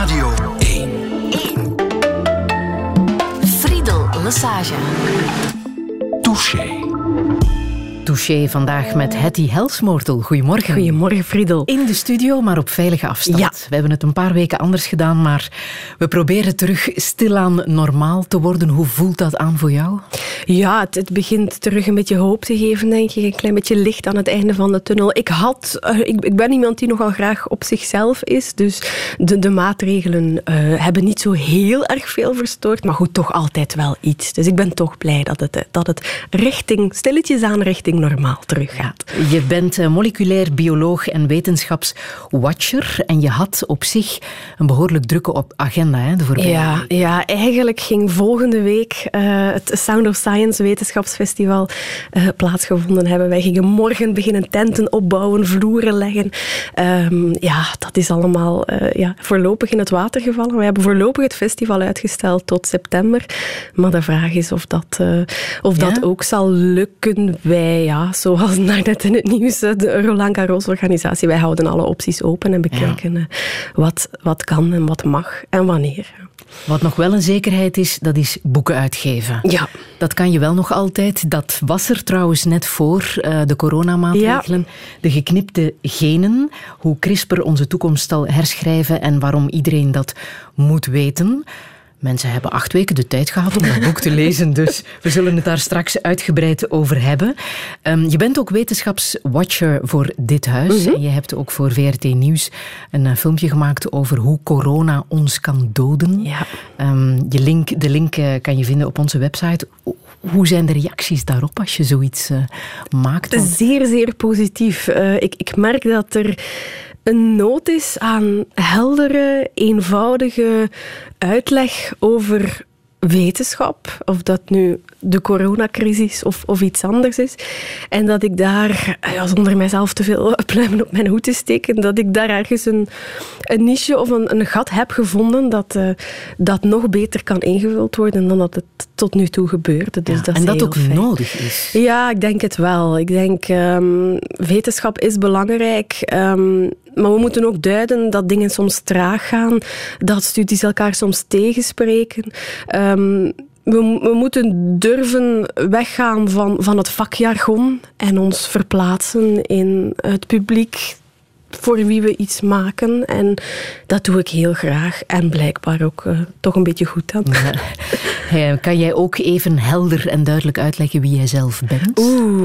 Radio 1. Friedel Lesage. Touché. Touché vandaag met Hetty Helsmoortel. Goedemorgen. Goedemorgen, Friedel. In de studio, maar op veilige afstand. Ja. We hebben het een paar weken anders gedaan, maar we proberen terug stilaan normaal te worden. Hoe voelt dat aan voor jou? Ja, het begint terug een beetje hoop te geven, denk ik. Een klein beetje licht aan het einde van de tunnel. Ik ben iemand die nogal graag op zichzelf is, dus de maatregelen hebben niet zo heel erg veel verstoord, maar goed, toch altijd wel iets. Dus ik ben toch blij dat het stilletjes aan richting normaal teruggaat. Je bent moleculair bioloog en wetenschapswatcher en je had op zich een behoorlijk drukke agenda, hè, de voorbije week. Ja, eigenlijk ging volgende week het Sound of Science wetenschapsfestival plaatsgevonden hebben. Wij gingen morgen beginnen tenten opbouwen, vloeren leggen. Dat is allemaal voorlopig in het water gevallen. We hebben voorlopig het festival uitgesteld tot september. Maar de vraag is of dat ook zal lukken. Wij, zoals net in het nieuws, de Roland Garros-organisatie, wij houden alle opties open en bekijken wat kan en wat mag en wanneer. Wat nog wel een zekerheid is, dat is boeken uitgeven. Ja. Dat kan je wel nog altijd. Dat was er trouwens net voor de coronamaatregelen. Ja. De geknipte genen, hoe CRISPR onze toekomst zal herschrijven en waarom iedereen dat moet weten. Mensen hebben 8 weken de tijd gehad om dat boek te lezen, dus we zullen het daar straks uitgebreid over hebben. Je bent ook wetenschapswatcher voor dit huis. Mm-hmm. En je hebt ook voor VRT Nieuws een filmpje gemaakt over hoe corona ons kan doden. Ja. De link kan je vinden op onze website. Hoe zijn de reacties daarop als je zoiets maakt? Zeer, zeer positief. Ik merk dat er een nood is aan heldere, eenvoudige uitleg over wetenschap, of dat nu de coronacrisis of iets anders is. En dat ik daar, zonder mijzelf te veel pluimen op mijn hoed te steken, dat ik daar ergens een niche of een gat heb gevonden dat nog beter kan ingevuld worden dan dat het tot nu toe gebeurde. Dus dat en is dat ook fijn. Nodig is. Ja, ik denk het wel. Ik denk, wetenschap is belangrijk, maar we moeten ook duiden dat dingen soms traag gaan, dat studies elkaar soms tegenspreken. We moeten durven weggaan van het vakjargon en ons verplaatsen in het publiek voor wie we iets maken. En dat doe ik heel graag. En blijkbaar ook toch een beetje goed dan. Ja. Kan jij ook even helder en duidelijk uitleggen wie jij zelf bent?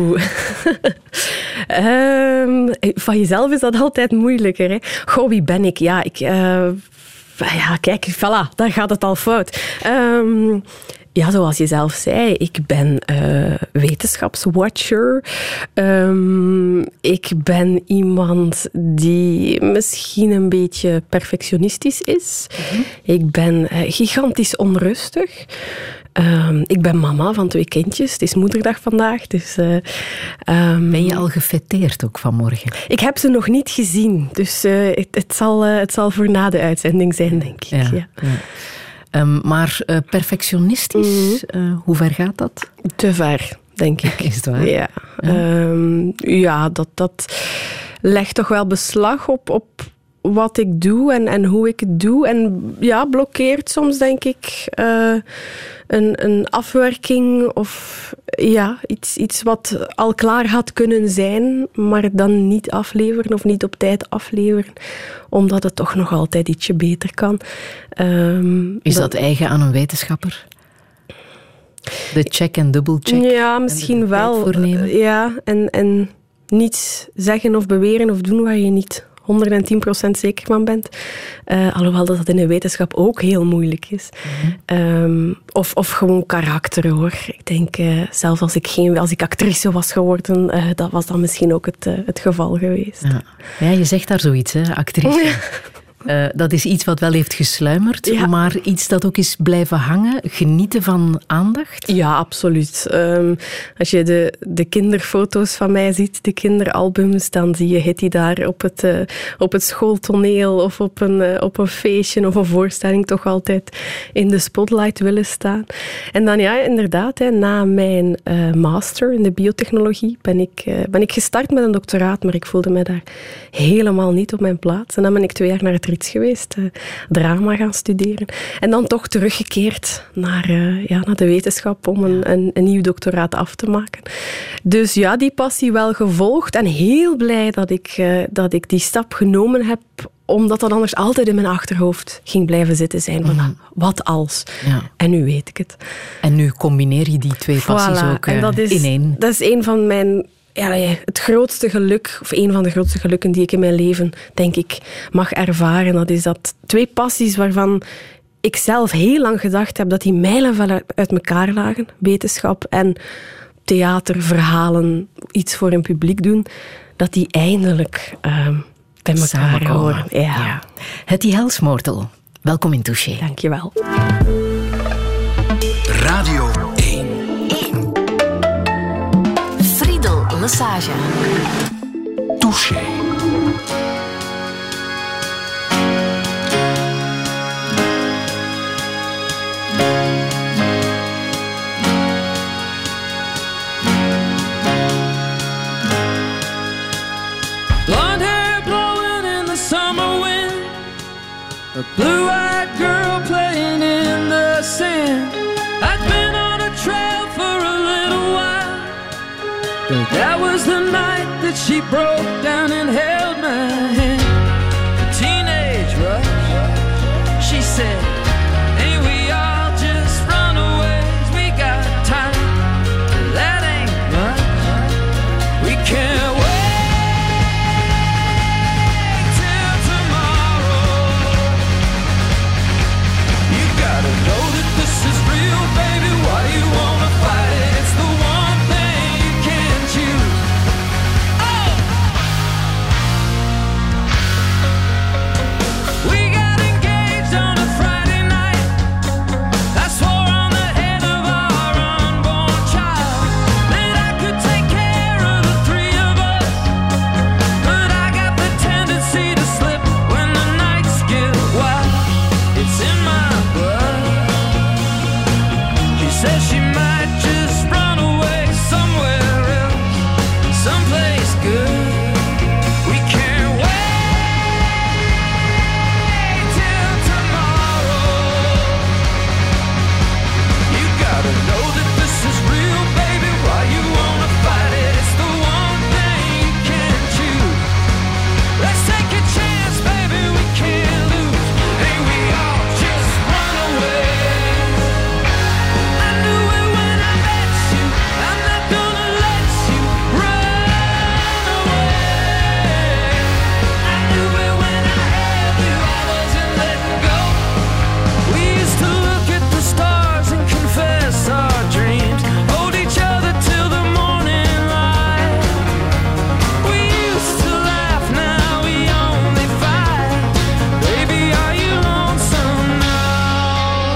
Van jezelf is dat altijd moeilijker. Hè? Goh, wie ben ik? Kijk, voilà, daar gaat het al fout. Zoals je zelf zei, ik ben wetenschapswatcher. Ik ben iemand die misschien een beetje perfectionistisch is. Mm-hmm. Ik ben gigantisch onrustig. Ik ben mama van 2 kindjes. Het is moederdag vandaag. Dus, ben je al gefêteerd ook vanmorgen? Ik heb ze nog niet gezien. Dus het zal voor na de uitzending zijn, denk ik. Ja. Maar perfectionistisch, hoe ver gaat dat? Te ver, denk ik. Is het waar? Ja. Dat legt toch wel beslag op wat ik doe en hoe ik het doe. En blokkeert soms, denk ik, een afwerking of iets wat al klaar had kunnen zijn, maar dan niet afleveren of niet op tijd afleveren, omdat het toch nog altijd ietsje beter kan. Is dat eigen aan een wetenschapper? De check en dubbelcheck? Ja, misschien wel. Ja, en niets zeggen of beweren of doen waar je niet 110% zeker van bent. Alhoewel dat in de wetenschap ook heel moeilijk is. Mm-hmm. Of gewoon karakter, hoor. Ik denk, zelfs als ik actrice was geworden, dat was dan misschien ook het geval geweest. Ja, je zegt daar zoiets, hè, actrice. Dat is iets wat wel heeft gesluimerd, maar iets dat ook is blijven hangen. Genieten van aandacht? Ja, absoluut. Als je de kinderfoto's van mij ziet, de kinderalbums, dan zie je Hetty daar op het schooltoneel of op een feestje of een voorstelling toch altijd in de spotlight willen staan. En dan inderdaad, na mijn master in de biotechnologie ben ik gestart met een doctoraat, maar ik voelde me daar helemaal niet op mijn plaats. En dan ben ik 2 jaar naar het iets geweest. Drama gaan studeren. En dan toch teruggekeerd naar de wetenschap om een nieuw doctoraat af te maken. Dus ja, die passie wel gevolgd. En heel blij dat ik die stap genomen heb, omdat dat anders altijd in mijn achterhoofd ging blijven zitten zijn. Van, wat als? Ja. En nu weet ik het. En nu combineer je die twee passies ook in één. Dat is een van mijn... het grootste geluk, of een van de grootste gelukken die ik in mijn leven, denk ik, mag ervaren. Dat is dat twee passies waarvan ik zelf heel lang gedacht heb dat die mijlenver uit elkaar lagen. Wetenschap en theater, verhalen, iets voor een publiek doen. Dat die eindelijk bij elkaar horen. Ja. Hetty Helsmoortel, welkom in Touché. Dankjewel. Radio 1. Friedel Lesage. Touché. Blonde hair blowing in the summer wind, a blue-eyed girl playing in the sand. I'd been on a trail for a little while, but that was the night that she broke down and held my hand. A teenage rush, she said, ain't we all just runaways? We got time, that ain't much. We can't wait till tomorrow. You gotta know that this is real, baby. Why you wanna fight it? It's the one thing you can't choose. Oh! We got engaged on a Friday night. I swore on the head of our unborn child that I could take care of the three of us. But I got the tendency to slip when the nights get wild. It's in my blood. She says she might just run away somewhere else, someplace good. We can't wait till tomorrow. You gotta know that this is real, baby. Why you wanna fight it? It's the one thing you can't choose. Let's take a chance, baby. We can't lose. Ain't we all just run away? I knew it when I met you. I'm not gonna let you run away. I knew it when I held you. I wasn't letting go. We used to look at the stars and confess our dreams. Hold each other till the morning light. We used to laugh, now we only fight. Baby, are you lonesome now?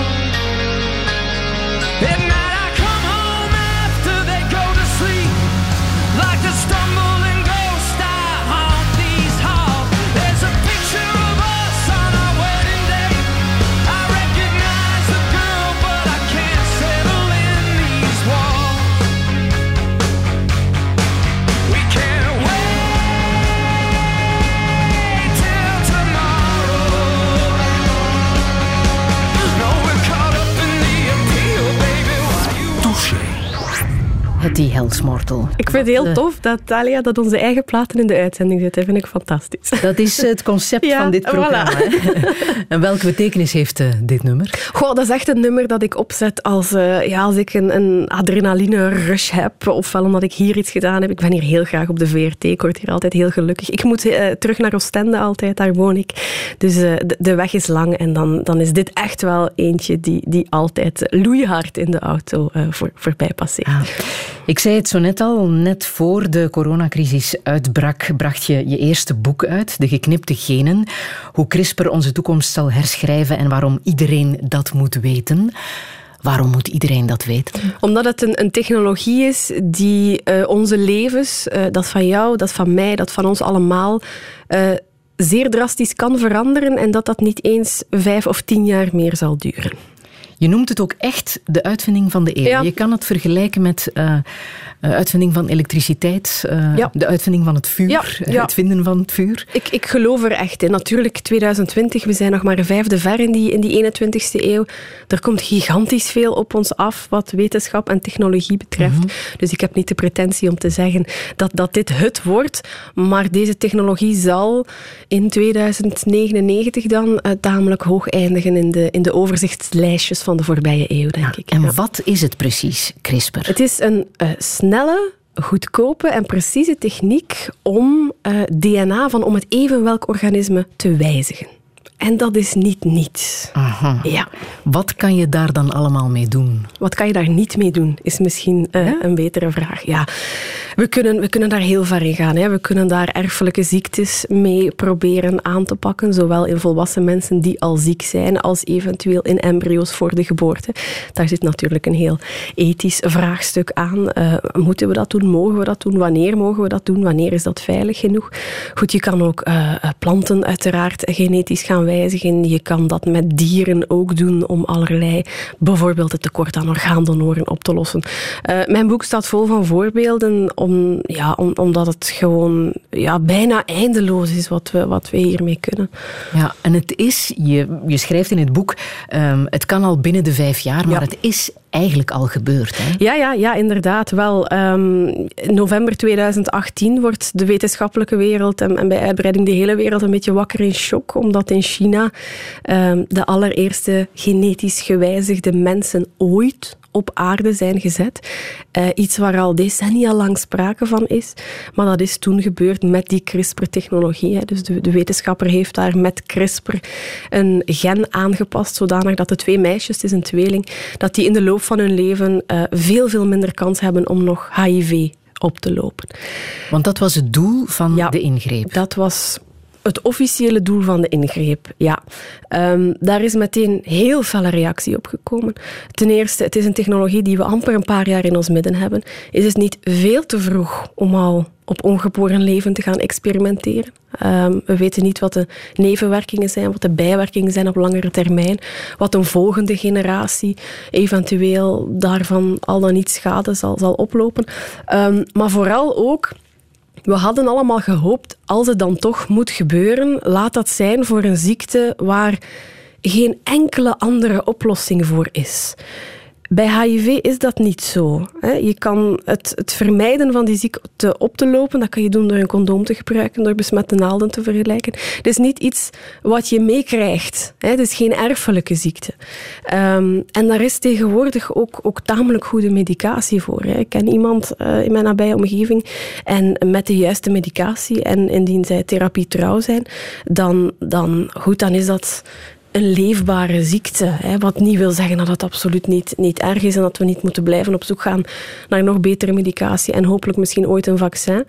At night I come home after they go to sleep. Like a stumbling ghost, I haunt these halls. There's a picture of us on our wedding day. I recognize the girl, but I can't settle in these walls. We can't wait till tomorrow. No, we're caught up in the appeal, baby. Why you Touché. Hetty Helsmoortel. Ik vind het heel tof dat Thalia dat onze eigen platen in de uitzending zet. Dat vind ik fantastisch. Dat is het concept van dit programma. Voilà. Hè? En welke betekenis heeft dit nummer? Goh, dat is echt een nummer dat ik opzet als ik een adrenaline rush heb. Ofwel omdat ik hier iets gedaan heb. Ik ben hier heel graag op de VRT. Ik word hier altijd heel gelukkig. Ik moet terug naar Oostende altijd, daar woon ik. Dus de weg is lang. En dan is dit echt wel eentje die altijd loeihard in de auto voorbij passeert. Ah. Ik zei het zo net al, net voor de coronacrisis uitbrak, bracht je je eerste boek uit, De geknipte genen. Hoe CRISPR onze toekomst zal herschrijven en waarom iedereen dat moet weten. Waarom moet iedereen dat weten? Omdat het een technologie is die onze levens, dat van jou, dat van mij, dat van ons allemaal, zeer drastisch kan veranderen en dat niet eens 5 of 10 jaar meer zal duren. Je noemt het ook echt de uitvinding van de eeuw. Ja. Je kan het vergelijken met uitvinding van elektriciteit, de uitvinding van het vuur, het vinden van het vuur. Ik geloof er echt in. Natuurlijk, 2020, we zijn nog maar een vijfde ver in die 21ste eeuw. Er komt gigantisch veel op ons af wat wetenschap en technologie betreft. Dus ik heb niet de pretentie om te zeggen dat dit het wordt. Maar deze technologie zal in 2099 dan tamelijk hoog eindigen in de overzichtslijstjes van de voorbije eeuw, denk ik. En wat is het precies, CRISPR? Het is een snelle, goedkope en precieze techniek om DNA van om het even welk organisme te wijzigen. En dat is niet niets. Aha. Ja. Wat kan je daar dan allemaal mee doen? Wat kan je daar niet mee doen, is misschien een betere vraag. Ja, we kunnen daar heel ver in gaan. Hè. We kunnen daar erfelijke ziektes mee proberen aan te pakken. Zowel in volwassen mensen die al ziek zijn, als eventueel in embryo's voor de geboorte. Daar zit natuurlijk een heel ethisch vraagstuk aan. Moeten we dat doen? Mogen we dat doen? Wanneer mogen we dat doen? Wanneer is dat veilig genoeg? Goed, je kan ook planten uiteraard genetisch gaan wijzigen. Je kan dat met dieren ook doen om allerlei, bijvoorbeeld het tekort aan orgaandonoren op te lossen. Mijn boek staat vol van voorbeelden omdat het gewoon bijna eindeloos is wat we hiermee kunnen. Ja, en het is, je schrijft in het boek, het kan al binnen de 5 jaar, maar het is eigenlijk al gebeurd. Hè? Ja, inderdaad wel. In november 2018 wordt de wetenschappelijke wereld en bij uitbreiding de hele wereld een beetje wakker in shock, omdat in China de allereerste genetisch gewijzigde mensen ooit op aarde zijn gezet. Iets waar al decennia lang sprake van is. Maar dat is toen gebeurd met die CRISPR-technologie. Dus de wetenschapper heeft daar met CRISPR een gen aangepast, zodanig dat de 2 meisjes, het is een tweeling, dat die in de loop van hun leven veel minder kans hebben om nog HIV op te lopen. Want dat was het doel van de ingreep? Dat was het officiële doel van de ingreep, ja. Daar is meteen heel felle reactie op gekomen. Ten eerste, het is een technologie die we amper een paar jaar in ons midden hebben. Is het niet veel te vroeg om al op ongeboren leven te gaan experimenteren? We weten niet wat de nevenwerkingen zijn, wat de bijwerkingen zijn op langere termijn, wat een volgende generatie eventueel daarvan al dan niet schade zal oplopen. Maar vooral ook, we hadden allemaal gehoopt, als het dan toch moet gebeuren, laat dat zijn voor een ziekte waar geen enkele andere oplossing voor is. Bij HIV is dat niet zo. Je kan het vermijden van die ziekte op te lopen, dat kan je doen door een condoom te gebruiken, door besmette naalden te vergelijken. Het is niet iets wat je meekrijgt. Het is geen erfelijke ziekte. En daar is tegenwoordig ook tamelijk goede medicatie voor. Ik ken iemand in mijn nabije omgeving en met de juiste medicatie en indien zij therapie trouw zijn, dan is dat een leefbare ziekte. Wat niet wil zeggen dat het absoluut niet erg is en dat we niet moeten blijven op zoek gaan naar nog betere medicatie en hopelijk misschien ooit een vaccin.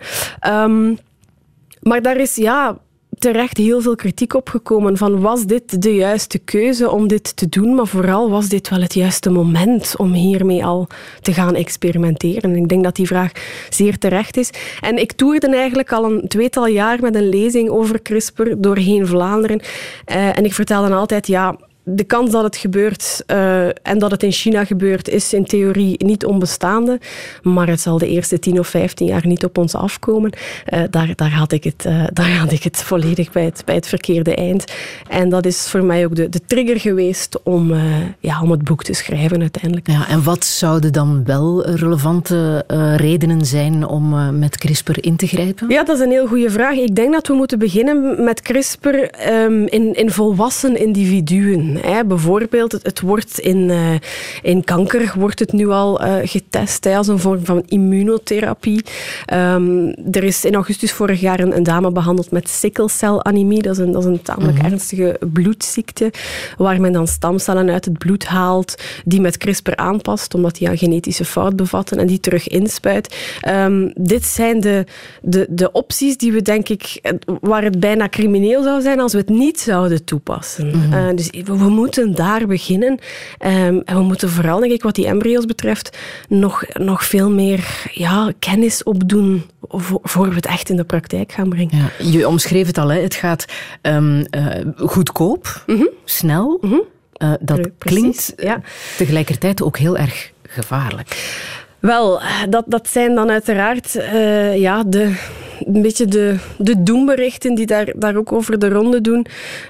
Maar daar is terecht heel veel kritiek op gekomen van was dit de juiste keuze om dit te doen, maar vooral was dit wel het juiste moment om hiermee al te gaan experimenteren. En ik denk dat die vraag zeer terecht is. En ik toerde eigenlijk al een 2-tal jaar met een lezing over CRISPR doorheen Vlaanderen. En ik vertelde altijd, de kans dat het gebeurt en dat het in China gebeurt is in theorie niet onbestaande, maar het zal de eerste 10 of 15 jaar niet op ons afkomen. Daar had ik het volledig bij het verkeerde eind. En dat is voor mij ook de trigger geweest om het boek te schrijven uiteindelijk. Ja, en wat zouden dan wel relevante redenen zijn om met CRISPR in te grijpen? Ja, dat is een heel goede vraag. Ik denk dat we moeten beginnen met CRISPR in volwassen individuen. Bijvoorbeeld, het wordt in kanker wordt het nu al getest als een vorm van immunotherapie. Er is in augustus vorig jaar een dame behandeld met sikkelcelanemie. Dat is een tamelijk ernstige bloedziekte, waar men dan stamcellen uit het bloed haalt, die met CRISPR aanpast, omdat die een genetische fout bevatten en die terug inspuit. Dit zijn de opties die we, denk ik, waar het bijna crimineel zou zijn als we het niet zouden toepassen. Dus we moeten daar beginnen. En we moeten vooral, denk ik, wat die embryo's betreft, nog veel meer kennis opdoen voor we het echt in de praktijk gaan brengen. Ja, je omschreef het al, hè. Het gaat goedkoop, snel, Dat klinkt tegelijkertijd ook heel erg gevaarlijk. Wel, dat zijn dan uiteraard een beetje de doemberichten die daar ook over de ronde doen.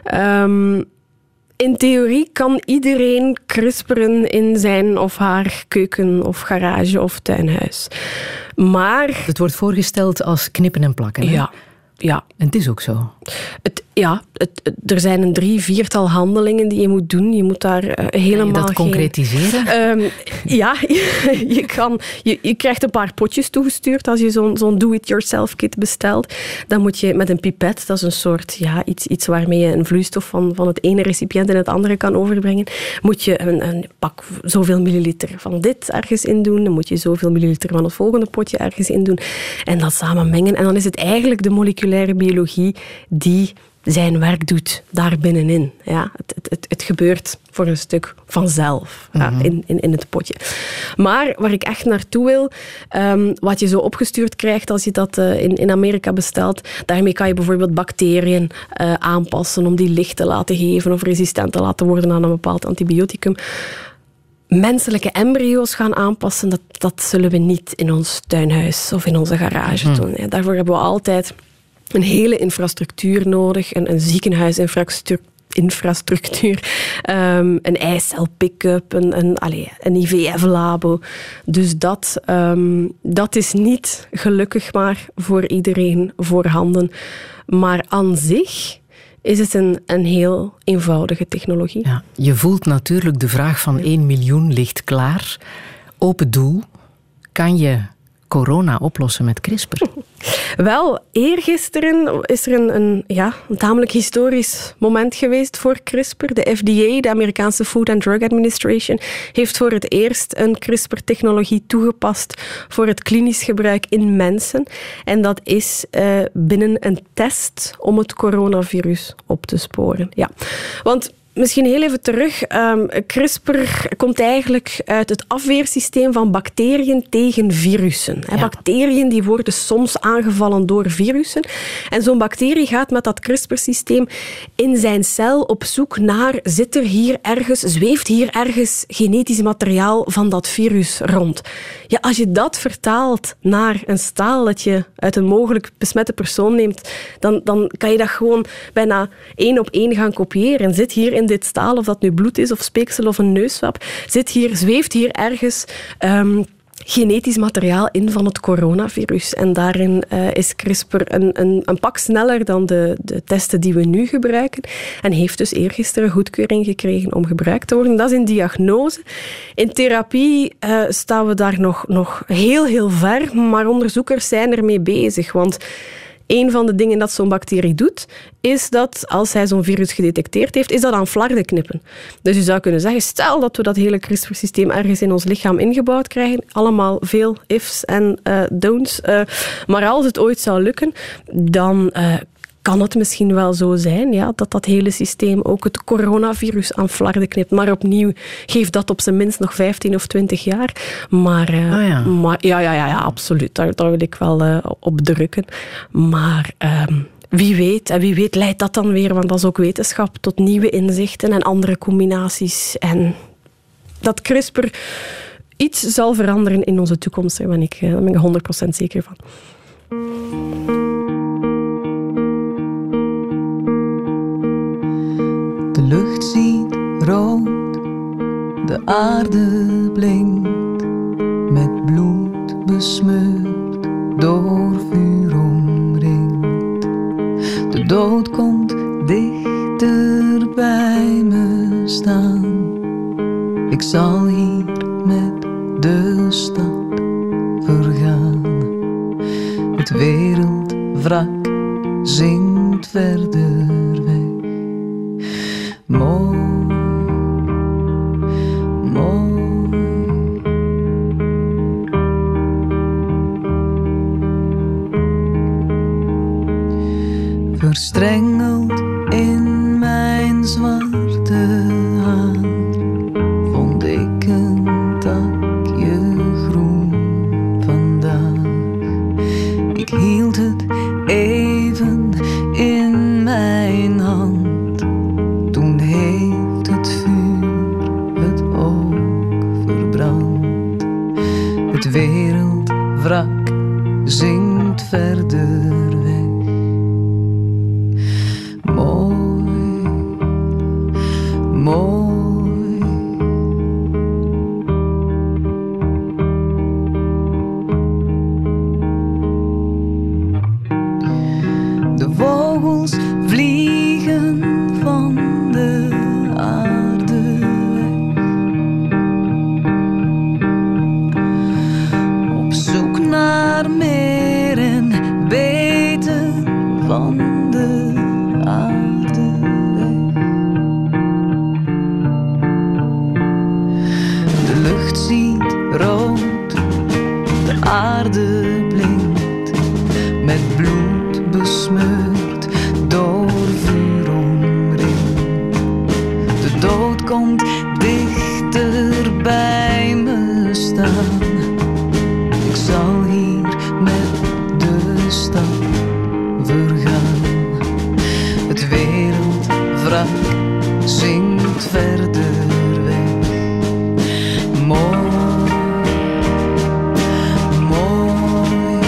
In theorie kan iedereen crisperen in zijn of haar keuken of garage of tuinhuis. Maar... Het wordt voorgesteld als knippen en plakken. Hè? Ja. En het is ook zo. Er zijn 3-4 handelingen die je moet doen. Je moet daar helemaal Kan je dat concretiseren? Je krijgt een paar potjes toegestuurd als je zo'n do-it-yourself kit bestelt. Dan moet je met een pipet, dat is een soort iets waarmee je een vloeistof van het ene recipiënt in het andere kan overbrengen, moet je een pak zoveel milliliter van dit ergens in doen. Dan moet je zoveel milliliter van het volgende potje ergens in doen. En dat samen mengen. En dan is het eigenlijk de moleculaire biologie die zijn werk doet daar binnenin. Ja, het gebeurt voor een stuk vanzelf in het potje. Maar waar ik echt naartoe wil, wat je zo opgestuurd krijgt als je dat in Amerika bestelt, daarmee kan je bijvoorbeeld bacteriën aanpassen om die licht te laten geven of resistent te laten worden aan een bepaald antibioticum. Menselijke embryo's gaan aanpassen, dat zullen we niet in ons tuinhuis of in onze garage doen. Ja, daarvoor hebben we altijd een hele infrastructuur nodig, een ziekenhuisinfrastructuur, een eicel pick-up, een IVF-labo. Dus dat is niet gelukkig maar voor iedereen voorhanden. Maar aan zich is het een heel eenvoudige technologie. Ja, je voelt natuurlijk de vraag van 1 miljoen ligt klaar. Open doel, kan je corona oplossen met CRISPR? Wel, eergisteren is er een tamelijk historisch moment geweest voor CRISPR. De FDA, de Amerikaanse Food and Drug Administration, heeft voor het eerst een CRISPR-technologie toegepast voor het klinisch gebruik in mensen. En dat is binnen een test om het coronavirus op te sporen. Ja, want misschien heel even terug. CRISPR komt eigenlijk uit het afweersysteem van bacteriën tegen virussen. Ja. Bacteriën die worden soms aangevallen door virussen. En zo'n bacterie gaat met dat CRISPR-systeem in zijn cel op zoek naar, zweeft hier ergens genetisch materiaal van dat virus rond. Ja, als je dat vertaalt naar een staal dat je uit een mogelijk besmette persoon neemt, dan kan je dat gewoon bijna 1 op 1 gaan kopiëren. Zit hier in dit staal, of dat nu bloed is of speeksel of een neuswap, zweeft hier ergens genetisch materiaal in van het coronavirus. En daarin is CRISPR een pak sneller dan de testen die we nu gebruiken. En heeft dus eergisteren goedkeuring gekregen om gebruikt te worden. Dat is in diagnose. In therapie staan we daar nog heel, heel ver. Maar onderzoekers zijn ermee bezig. Want een van de dingen dat zo'n bacterie doet, is dat als hij zo'n virus gedetecteerd heeft, is dat aan flarden knippen. Dus je zou kunnen zeggen, stel dat we dat hele CRISPR-systeem ergens in ons lichaam ingebouwd krijgen, allemaal veel ifs en don'ts, maar als het ooit zou lukken, dan kan het misschien wel zo zijn dat hele systeem ook het coronavirus aan flarden knipt. Maar opnieuw, geeft dat op zijn minst nog 15 of 20 jaar. Maar, ja, absoluut. Daar wil ik wel op drukken. Maar wie weet leidt dat dan weer, want dat is ook wetenschap, tot nieuwe inzichten en andere combinaties. En dat CRISPR iets zal veranderen in onze toekomst, daar ben ik 100% zeker van. De lucht ziet rood, de aarde blinkt, met bloed besmeurd, door vuur omringd. De dood komt dichter bij me staan. Ik zal hier met de stad vergaan. Het wereldwrak zingt verder weg. Mooi, mooi. Verstrengeld in mijn zwarte haar vond ik een takje groen vandaag. Ik hield het even in mijn hand. Toen heeft het vuur wereldwrak zingt verder weg. Mooi, mooi. De vogels vliegen van de aarde weg, op zoek naar meer en beter van de aarde weg. De lucht ziet rood, de aarde blinkt, met bloed besmeurd, door vuur omringd. De dood komt dichter bij me staan. Ik zal hier met de stad vergaan. Het wereldwrak zingt verder weg. Mooi, mooi.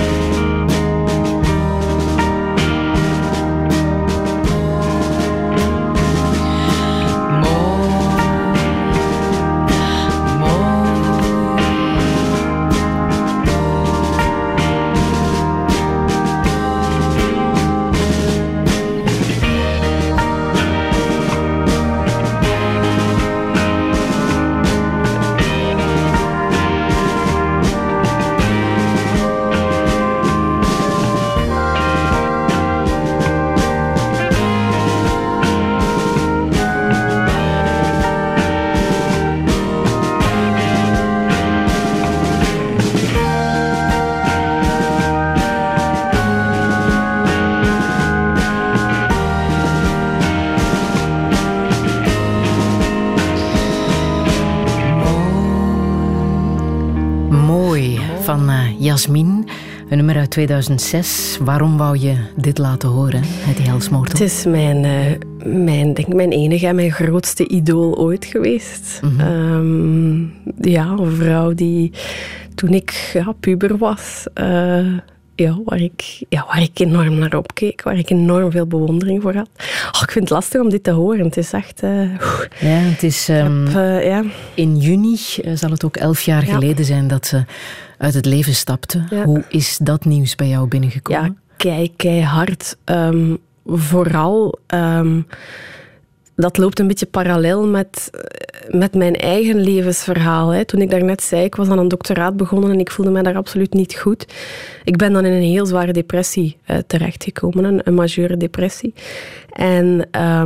Van Jasmin, een nummer uit 2006. Waarom wou je dit laten horen, Hetty Helsmoortel? Het is mijn enige en mijn grootste idool ooit geweest. Mm-hmm. Een vrouw die, toen ik puber was, waar ik enorm naar opkeek, waar ik enorm veel bewondering voor had. Ik vind het lastig om dit te horen. Het is echt... het is... In juni zal het ook 11 jaar geleden zijn dat ze uit het leven stapte. Ja. Hoe is dat nieuws bij jou binnengekomen? Ja, keihard. Vooral... dat loopt een beetje parallel met mijn eigen levensverhaal. Hè. Toen ik daarnet zei, ik was aan een doctoraat begonnen en ik voelde mij daar absoluut niet goed. Ik ben dan in een heel zware depressie terechtgekomen, een majeure depressie. En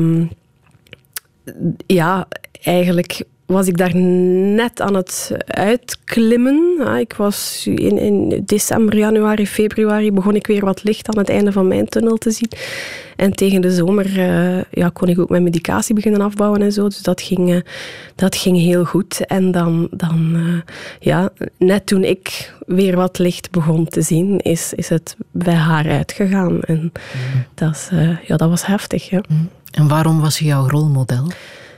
eigenlijk was ik daar net aan het uitklimmen. Ik was in december, januari, februari begon ik weer wat licht aan het einde van mijn tunnel te zien. En tegen de zomer kon ik ook mijn medicatie beginnen afbouwen en zo. Dus dat ging heel goed. En dan net toen ik weer wat licht begon te zien, is het bij haar uitgegaan. En dat was heftig. Ja. En waarom was ze jouw rolmodel?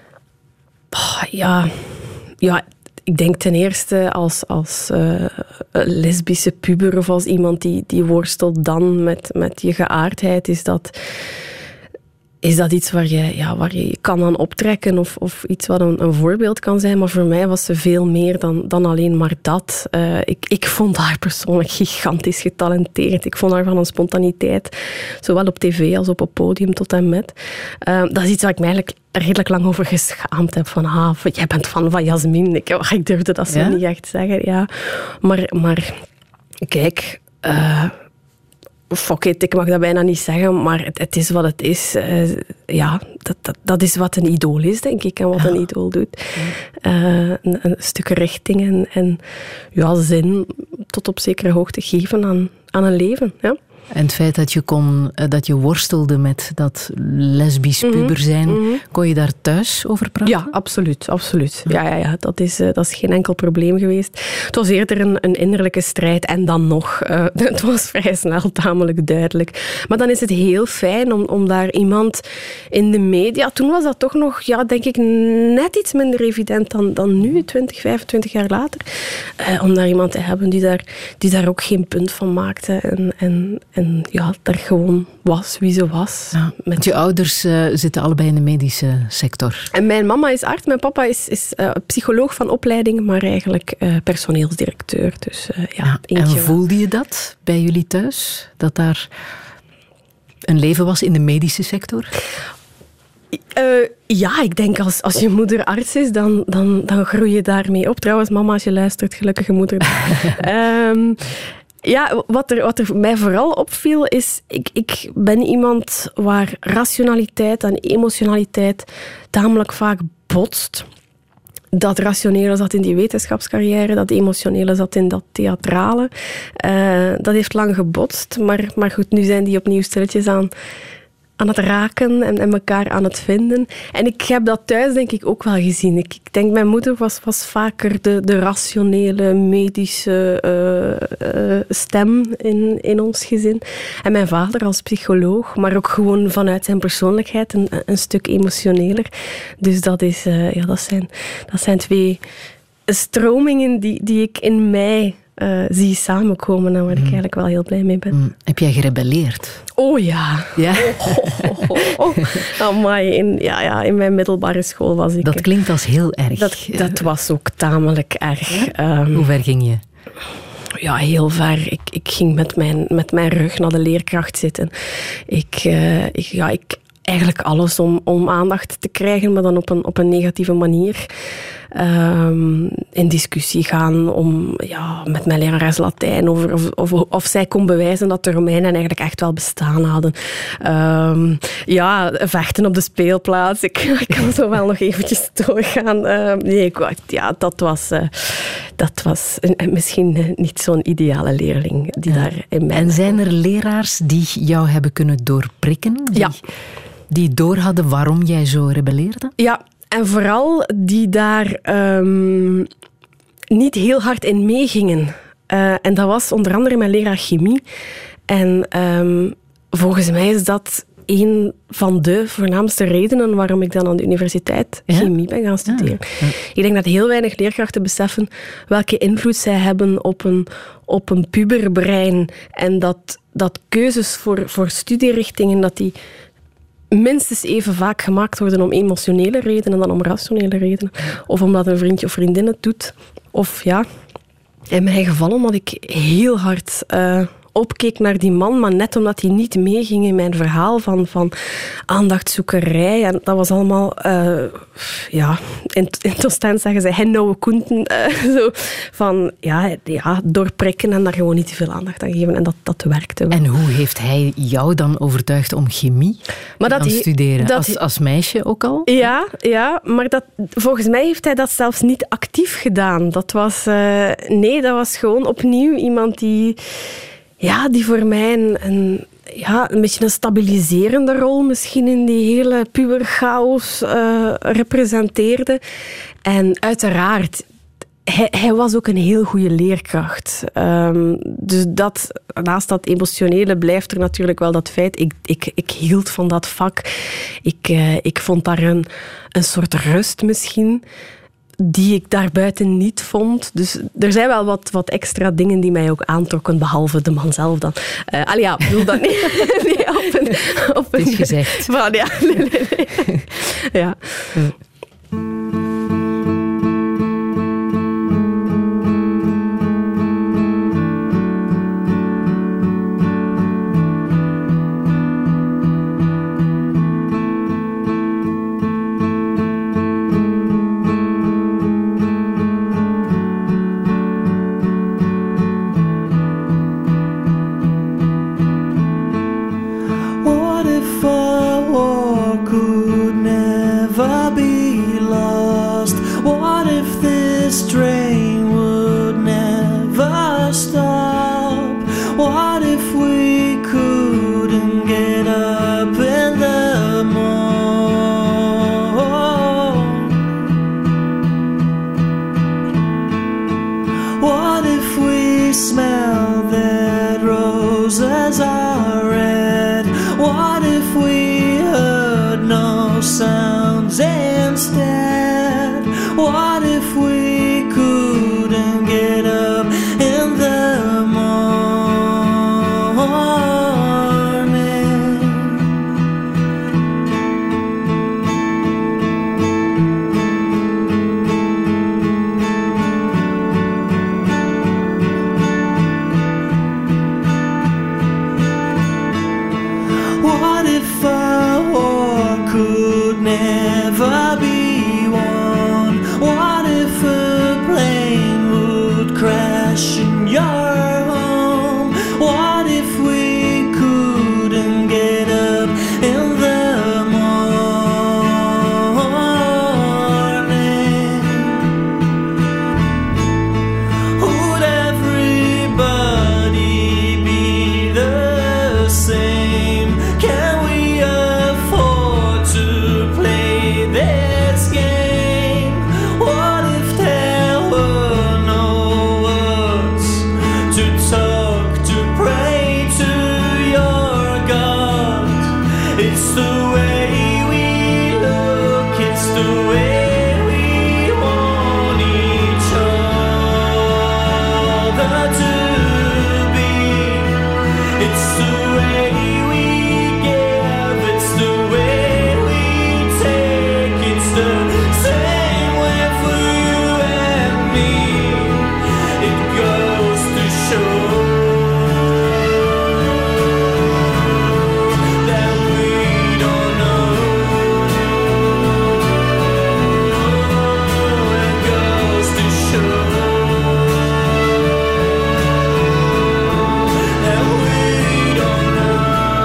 Ik denk ten eerste als lesbische puber of als iemand die worstelt dan met je geaardheid, is dat iets waar je kan aan optrekken of iets wat een voorbeeld kan zijn. Maar voor mij was ze veel meer dan alleen maar dat. Ik vond haar persoonlijk gigantisch getalenteerd. Ik vond haar van een spontaniteit, zowel op tv als op het podium tot en met. Dat is iets waar ik me eigenlijk redelijk lang over geschaamd heb. Jij bent fan van Jasmin. Ik durfde dat zo niet echt zeggen. Ja. Maar kijk... fuck it, ik mag dat bijna niet zeggen, maar het is wat het is. Dat is wat een idool is, denk ik, en wat een idool doet. Een stuk richting en zin tot op zekere hoogte geven aan een leven. Ja. En het feit dat je worstelde met dat lesbisch puber zijn, kon je daar thuis over praten? Ja, absoluut. Ja. Dat is geen enkel probleem geweest. Het was eerder een innerlijke strijd en dan nog. Het was vrij snel tamelijk duidelijk. Maar dan is het heel fijn om daar iemand in de media... Toen was dat toch nog, denk ik, net iets minder evident dan nu, 20, 25 jaar later. Om daar iemand te hebben die daar ook geen punt van maakte. En daar gewoon was wie ze was. Ja, met je ouders zitten allebei in de medische sector. En mijn mama is arts, mijn papa is psycholoog van opleiding, maar eigenlijk personeelsdirecteur. Dus, en voelde je dat bij jullie thuis? Dat daar een leven was in de medische sector? Ik denk als je moeder arts is, dan groei je daarmee op. Trouwens, mama, als je luistert, gelukkige moeder. Wat er mij vooral opviel is, ik ben iemand waar rationaliteit en emotionaliteit tamelijk vaak botst. Dat rationele zat in die wetenschapscarrière, dat emotionele zat in dat theatrale. Dat heeft lang gebotst, maar goed, nu zijn die opnieuw stilletjes aan het raken en elkaar aan het vinden. En ik heb dat thuis denk ik ook wel gezien. Ik denk, mijn moeder was vaker de rationele, medische stem in ons gezin. En mijn vader als psycholoog, maar ook gewoon vanuit zijn persoonlijkheid een stuk emotioneler. Dus dat zijn twee stromingen die ik in mij zie samenkomen en waar ik eigenlijk wel heel blij mee ben. Heb jij gerebelleerd? Oh ja. Ja? Amai, in mijn middelbare school was ik... Dat klinkt als heel erg. Dat was ook tamelijk erg. Hoe ver ging je? Ja, heel ver. Ik ging met mijn rug naar de leerkracht zitten. Ik eigenlijk alles om aandacht te krijgen, maar dan op een negatieve manier. In discussie gaan met mijn lerares Latijn of zij kon bewijzen dat de Romeinen eigenlijk echt wel bestaan hadden. Vechten op de speelplaats. Ik kan zo wel nog eventjes doorgaan. Dat was misschien niet zo'n ideale leerling die daar in mij... En zijn er leraars die jou hebben kunnen doorprikken? Die door hadden waarom jij zo rebelleerde? Ja, en vooral die daar niet heel hard in meegingen. En dat was onder andere mijn leraar chemie. En volgens mij is dat een van de voornaamste redenen waarom ik dan aan de universiteit chemie ben gaan studeren. Ja. Ik denk dat heel weinig leerkrachten beseffen welke invloed zij hebben op een puberbrein. En dat keuzes voor studierichtingen, dat die minstens even vaak gemaakt worden om emotionele redenen dan om rationele redenen. Of omdat een vriendje of vriendin het doet. Of in mijn geval omdat ik heel hard opkeek naar die man, maar net omdat hij niet meeging in mijn verhaal van aandachtzoekerij. En dat was allemaal, in het Oostend zeggen ze hennowe koenten, zo van, doorprikken en daar gewoon niet te veel aandacht aan geven. En dat werkte wel. En hoe heeft hij jou dan overtuigd om chemie te gaan studeren? Als meisje ook al? Ja, maar volgens mij heeft hij dat zelfs niet actief gedaan. Dat was gewoon opnieuw iemand die voor mij een beetje een stabiliserende rol misschien in die hele puberchaos representeerde. En uiteraard, hij was ook een heel goede leerkracht. Dus naast dat emotionele blijft er natuurlijk wel dat feit. Ik hield van dat vak. Ik vond daar een soort rust misschien, die ik daarbuiten niet vond. Dus er zijn wel wat extra dingen die mij ook aantrokken, behalve de man zelf dan. Bedoel dat niet. Nee, op een het is gezegd. Van, nee. Ja. train would never stop. What if we could sounds instead? What if we couldn't get up in the morning? What if our war could never be won? What if a plane would crash in your home? What if we couldn't get up in the morning? Would everybody be the same? Can we afford to play this game? What if there were no words to talk, to pray to your God? It's the way we look, it's the way we want each other to be. It's the way we give, it's the way we take, it's the same way for you and me. It goes to show that we don't know. It goes to show that we don't know.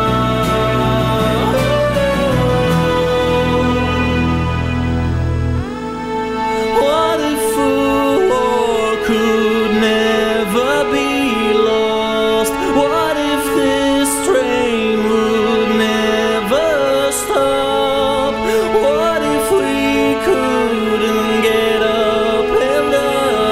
What if a war could never be lost? What if this train would never stop? What if we couldn't get up in the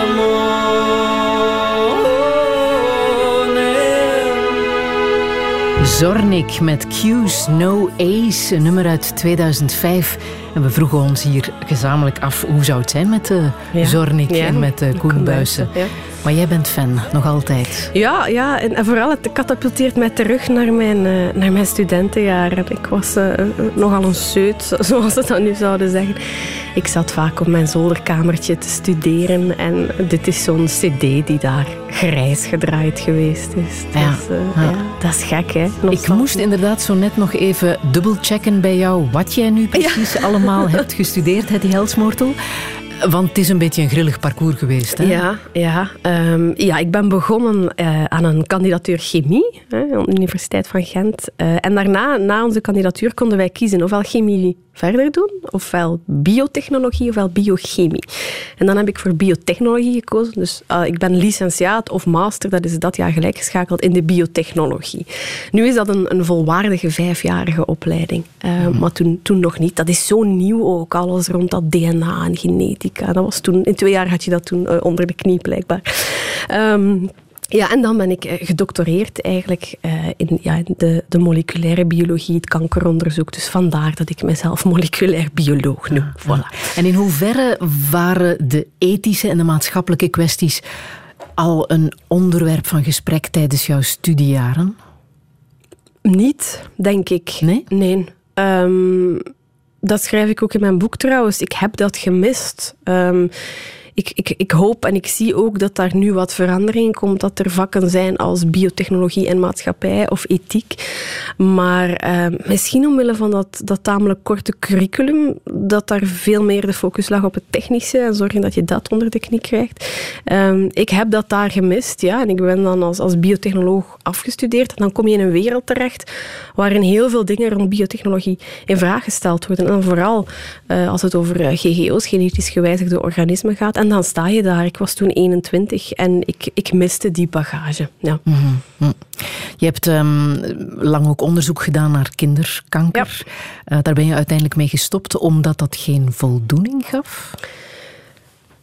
morning? Zornik met Q's No Ace, een nummer uit 2005. En we vroegen ons hier gezamenlijk af hoe zou het zijn met Zornik en met Koen Buijsen. Ja. Maar jij bent fan, nog altijd. Ja, en vooral het katapulteert mij terug naar mijn studentenjaren. Ik was nogal een seut, zoals ze dat nu zouden zeggen. Ik zat vaak op mijn zolderkamertje te studeren en dit is zo'n cd die daar grijs gedraaid geweest is. Ja. Dat is gek, hè? Ik moest inderdaad zo net nog even dubbelchecken bij jou wat jij nu precies allemaal hebt gestudeerd, Hetty Helsmoortel. Want het is een beetje een grillig parcours geweest, hè? Ja, ik ben begonnen aan een kandidatuur chemie aan de Universiteit van Gent. En daarna, na onze kandidatuur, konden wij kiezen ofwel chemie verder doen, ofwel biotechnologie, ofwel biochemie. En dan heb ik voor biotechnologie gekozen. Dus ik ben licentiaat of master, dat is dat jaar gelijkgeschakeld in de biotechnologie. Nu is dat een volwaardige 5-jarige opleiding. Maar toen nog niet. Dat is zo nieuw ook, alles rond dat DNA en genetica. Dat was toen, in 2 jaar had je dat toen onder de knie blijkbaar. Ja, en dan ben ik gedoctoreerd eigenlijk in de moleculaire biologie, het kankeronderzoek. Dus vandaar dat ik mezelf moleculair bioloog noem. Voilà. En in hoeverre waren de ethische en de maatschappelijke kwesties al een onderwerp van gesprek tijdens jouw studiejaren? Niet, denk ik. Nee? Dat schrijf ik ook in mijn boek trouwens. Ik heb dat gemist. Ik hoop en ik zie ook dat daar nu wat verandering komt. Dat er vakken zijn als biotechnologie en maatschappij of ethiek. Maar misschien omwille van dat tamelijk korte curriculum, dat daar veel meer de focus lag op het technische en zorgen dat je dat onder de knie krijgt. Ik heb dat daar gemist, ja. En ik ben dan als biotechnoloog afgestudeerd. En dan kom je in een wereld terecht waarin heel veel dingen rond biotechnologie in vraag gesteld worden. En vooral als het over GGO's, genetisch gewijzigde organismen gaat. En dan sta je daar. Ik was toen 21 en ik miste die bagage. Ja. Mm-hmm. Je hebt lang ook onderzoek gedaan naar kinderkanker. Ja. Daar ben je uiteindelijk mee gestopt omdat dat geen voldoening gaf?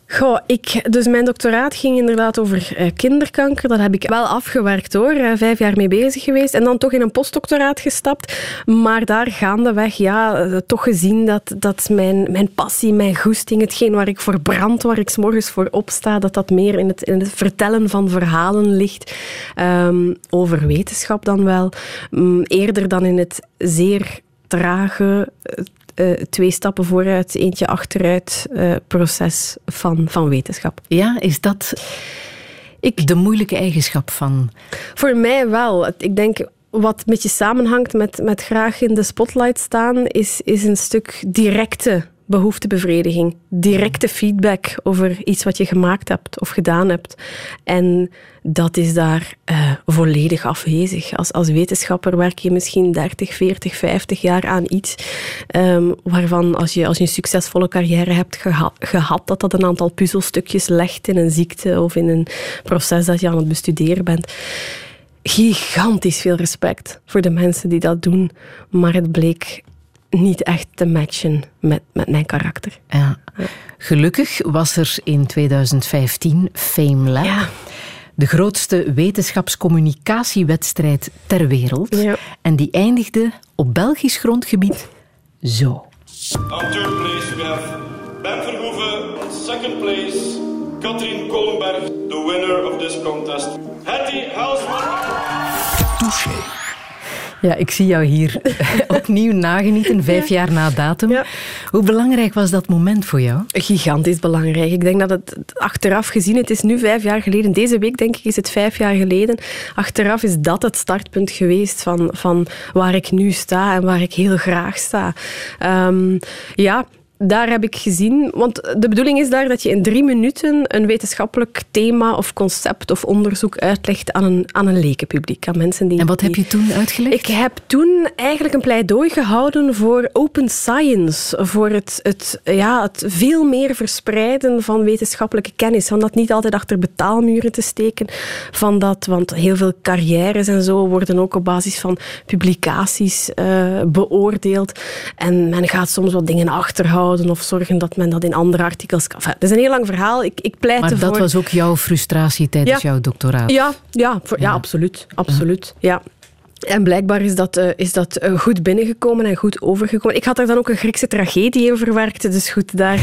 Goh, dus mijn doctoraat ging inderdaad over kinderkanker. Dat heb ik wel afgewerkt hoor. 5 jaar mee bezig geweest. En dan toch in een postdoctoraat gestapt. Maar daar gaandeweg, toch gezien dat mijn passie, mijn goesting, hetgeen waar ik voor brand, waar ik 's morgens voor opsta, dat meer in het vertellen van verhalen ligt. Over wetenschap dan wel. Eerder dan in het zeer trage 2 stappen vooruit, eentje achteruit proces van wetenschap. Ja, is dat de moeilijke eigenschap van... Voor mij wel. Ik denk, wat met je samenhangt met graag in de spotlight staan, is een stuk directe behoeftebevrediging. Directe feedback over iets wat je gemaakt hebt of gedaan hebt. En dat is daar volledig afwezig. Als wetenschapper werk je misschien 30, 40, 50 jaar aan iets waarvan als je een succesvolle carrière hebt gehad, dat een aantal puzzelstukjes legt in een ziekte of in een proces dat je aan het bestuderen bent. Gigantisch veel respect voor de mensen die dat doen, maar het bleek niet echt te matchen met mijn karakter. Ja. Gelukkig was er in 2015 FameLab. Ja. De grootste wetenschapscommunicatiewedstrijd ter wereld. Ja. En die eindigde op Belgisch grondgebied zo. On third place we have Ben Verhoeven. Second place, Katrien Kolenberg, the winner of this contest. Hetty Helsman. Touché. Ja, ik zie jou hier opnieuw nagenieten, 5 jaar na datum. Ja. Hoe belangrijk was dat moment voor jou? Gigantisch belangrijk. Ik denk dat het achteraf gezien, het is nu 5 jaar geleden. Deze week, denk ik, is het 5 jaar geleden. Achteraf is dat het startpunt geweest van waar ik nu sta en waar ik heel graag sta. Daar heb ik gezien, want de bedoeling is daar dat je in 3 minuten een wetenschappelijk thema of concept of onderzoek uitlegt aan een lekenpubliek, aan mensen die... En wat heb je toen uitgelegd? Ik heb toen eigenlijk een pleidooi gehouden voor open science, voor het veel meer verspreiden van wetenschappelijke kennis, van dat niet altijd achter betaalmuren te steken, want heel veel carrières en zo worden ook op basis van publicaties beoordeeld en men gaat soms wat dingen achterhouden of zorgen dat men dat in andere artikels kan... Enfin, het is een heel lang verhaal. Ik pleit ervoor... Maar dat was ook jouw frustratie tijdens jouw doctoraat? Ja, absoluut. Ja. En blijkbaar is dat goed binnengekomen en goed overgekomen. Ik had er dan ook een Griekse tragedie in verwerkt, dus goed daar.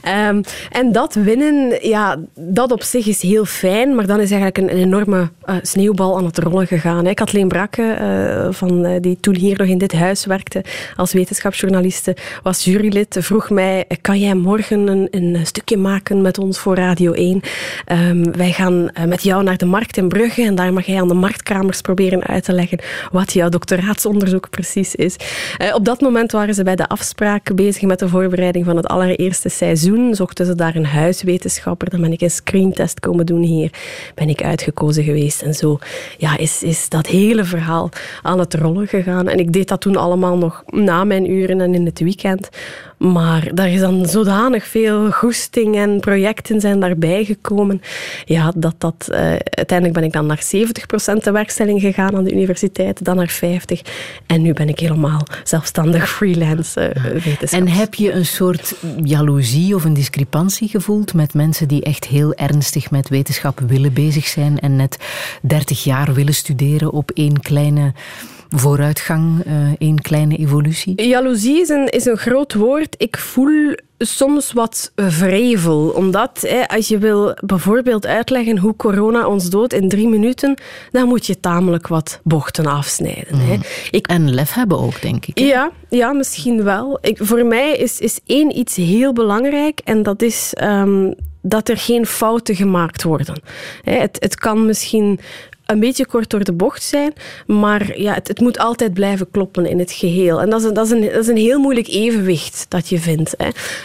En dat winnen, dat op zich is heel fijn, maar dan is eigenlijk een enorme sneeuwbal aan het rollen gegaan. Kathleen Brakke, die toen hier nog in dit huis werkte als wetenschapsjournaliste, was jurylid, vroeg mij, kan jij morgen een stukje maken met ons voor Radio 1? Wij gaan met jou naar de markt in Brugge en daar mag jij aan de marktkramers proberen uit te leggen wat jouw doctoraatsonderzoek precies is. Op dat moment waren ze bij de afspraak bezig met de voorbereiding van het allereerste seizoen. Zochten ze daar een huiswetenschapper. Dan ben ik een screentest komen doen hier. Ben ik uitgekozen geweest. En zo is dat hele verhaal aan het rollen gegaan. En ik deed dat toen allemaal nog na mijn uren en in het weekend. Maar daar is dan zodanig veel goesting en projecten zijn daarbij gekomen. Ja, uiteindelijk ben ik dan naar 70% de werkstelling gegaan aan de universiteit, dan naar 50%. En nu ben ik helemaal zelfstandig freelance wetenschap. En heb je een soort jaloezie of een discrepantie gevoeld met mensen die echt heel ernstig met wetenschap willen bezig zijn en net 30 jaar willen studeren op één kleine vooruitgang, één kleine evolutie? Jaloezie is een groot woord. Ik voel soms wat vrevel. Omdat als je wil bijvoorbeeld uitleggen hoe corona ons doodt in 3 minuten, dan moet je tamelijk wat bochten afsnijden. En lef hebben ook, denk ik. Ja, misschien wel. Voor mij is één iets heel belangrijk en dat is dat er geen fouten gemaakt worden. Het kan misschien een beetje kort door de bocht zijn, maar het moet altijd blijven kloppen in het geheel. En dat is een heel moeilijk evenwicht dat je vindt.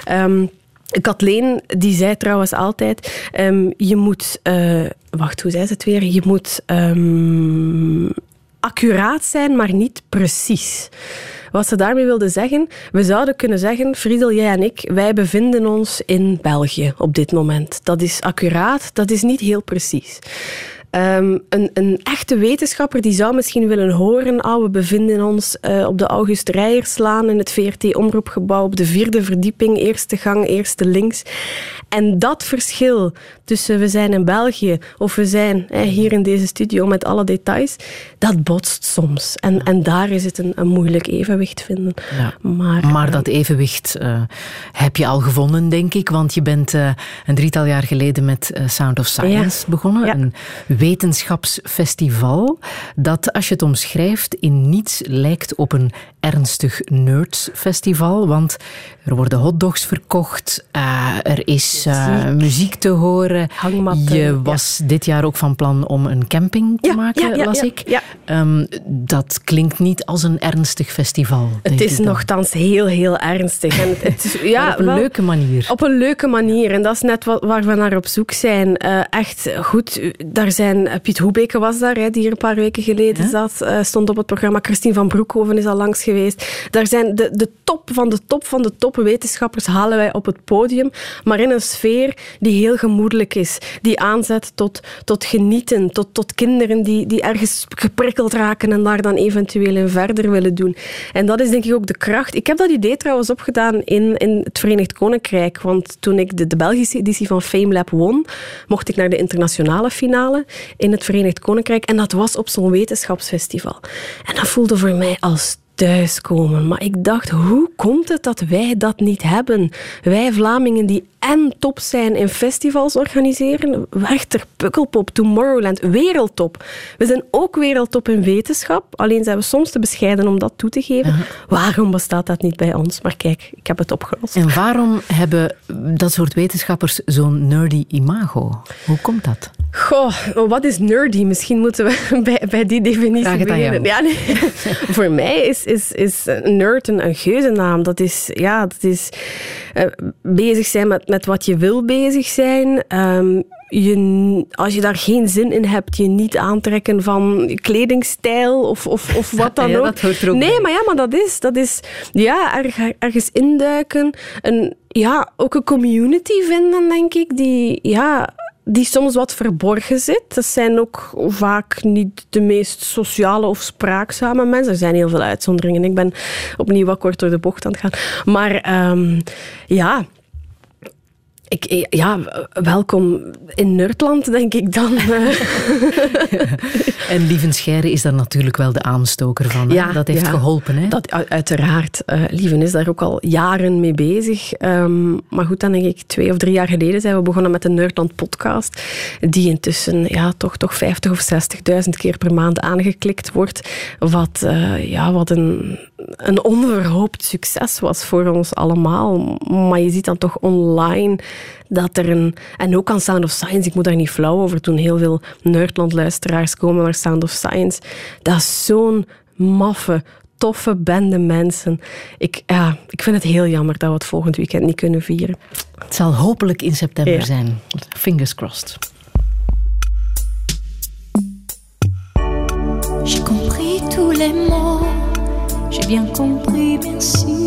Kathleen, die zei trouwens altijd, je moet... hoe zei ze het weer? Je moet accuraat zijn, maar niet precies. Wat ze daarmee wilde zeggen, we zouden kunnen zeggen, Friedel, jij en ik, wij bevinden ons in België op dit moment. Dat is accuraat, dat is niet heel precies. Een echte wetenschapper die zou misschien willen horen, we bevinden ons op de August Rijerslaan in het VRT-omroepgebouw op de 4e verdieping, eerste gang, eerste links. En dat verschil tussen we zijn in België of we zijn hier in deze studio met alle details, dat botst soms. En daar is het een moeilijk evenwicht vinden. Ja. Maar dat evenwicht heb je al gevonden, denk ik. Want je bent een 3-tal jaar geleden met Sound of Science begonnen. Ja. Een wetenschapsfestival dat, als je het omschrijft, in niets lijkt op een ernstig nerdsfestival. Want er worden hotdogs verkocht, er is muziek te horen. Hangmatten. Je was dit jaar ook van plan om een camping te maken, las ik. Ja. Dat klinkt niet als een ernstig festival. Het is nogthans heel, heel ernstig. En op een leuke manier. Op een leuke manier. En dat is net waar we naar op zoek zijn. Echt goed. Daar zijn Piet Hoebeke was daar, die hier een paar weken geleden zat. Stond op het programma. Christine van Broekhoven is al langs geweest. Daar zijn de top van de top van de top wetenschappers halen wij op het podium. Maar in een sfeer die heel gemoedelijk is. Die aanzet tot genieten. Tot kinderen die ergens geprikkeld raken en daar dan eventueel in verder willen doen. En dat is denk ik ook de kracht. Ik heb dat idee trouwens opgedaan in het Verenigd Koninkrijk. Want toen ik de Belgische editie van FameLab won, mocht ik naar de internationale finale in het Verenigd Koninkrijk. En dat was op zo'n wetenschapsfestival. En dat voelde voor mij als thuiskomen. Maar ik dacht, hoe komt het dat wij dat niet hebben? Wij Vlamingen die en top zijn in festivals organiseren. Werchter, Pukkelpop, Tomorrowland, wereldtop. We zijn ook wereldtop in wetenschap. Alleen zijn we soms te bescheiden om dat toe te geven. Waarom bestaat dat niet bij ons? Maar kijk, ik heb het opgelost. En waarom hebben dat soort wetenschappers zo'n nerdy imago? Hoe komt dat? Goh, wat is nerdy? Misschien moeten we bij die definitie beginnen. Ja, nee. Voor mij is nerd een geuzennaam. Dat is bezig zijn met wat je wil bezig zijn. Als je daar geen zin in hebt, je niet aantrekken van kledingstijl of wat dan ook. Dat hoort er ook nee, bij. Maar dat is ergens induiken. Ook een community vinden, denk ik, die soms wat verborgen zit. Dat zijn ook vaak niet de meest sociale of spraakzame mensen. Er zijn heel veel uitzonderingen. Ik ben opnieuw wat kort door de bocht aan het gaan. Maar welkom in Nerdland, denk ik dan. En Lieven Scheire is daar natuurlijk wel de aanstoker van. Ja, dat heeft geholpen. Hè? Dat, uiteraard. Lieven is daar ook al jaren mee bezig. Maar goed, dan denk ik 2 of 3 jaar geleden zijn we begonnen met de Nerdland podcast. Die intussen toch 50 of 60.000 keer per maand aangeklikt wordt. Wat een onverhoopt succes was voor ons allemaal. Maar je ziet dan toch online dat er en ook aan Sound of Science, ik moet daar niet flauw over doen, heel veel Nerdland-luisteraars komen naar Sound of Science. Dat is zo'n maffe, toffe bende mensen. Ik vind het heel jammer dat we het volgend weekend niet kunnen vieren. Het zal hopelijk in september zijn. Fingers crossed. J'ai compris tous les mots, j'ai bien compris, merci.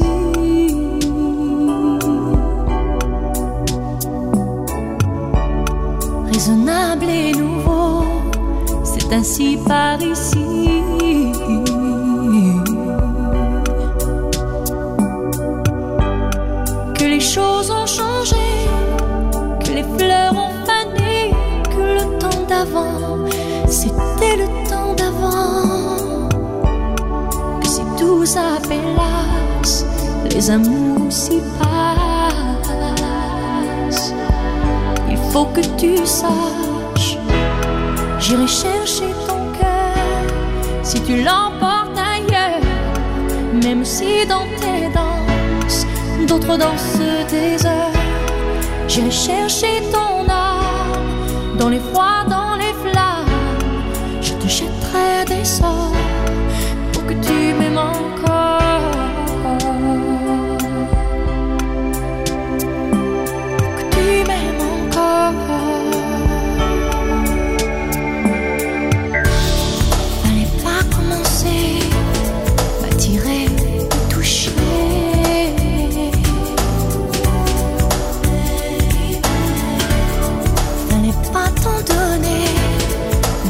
Raisonnable et nouveau, c'est ainsi par ici. Que les choses ont changé, que les fleurs ont fané, que le temps d'avant, c'était le temps d'avant. Que si tout s'appelasse, les amours s'y passent. Il faut que tu saches, j'irai chercher ton cœur si tu l'emportes ailleurs. Même si dans tes danses, d'autres dansent des heures. J'irai chercher ton âme dans les froids, dans les flammes. Je te jetterai des sorts pour que tu m'aimes encore. Fallait pas commencer à tirer, toucher. Fallait pas t'en donner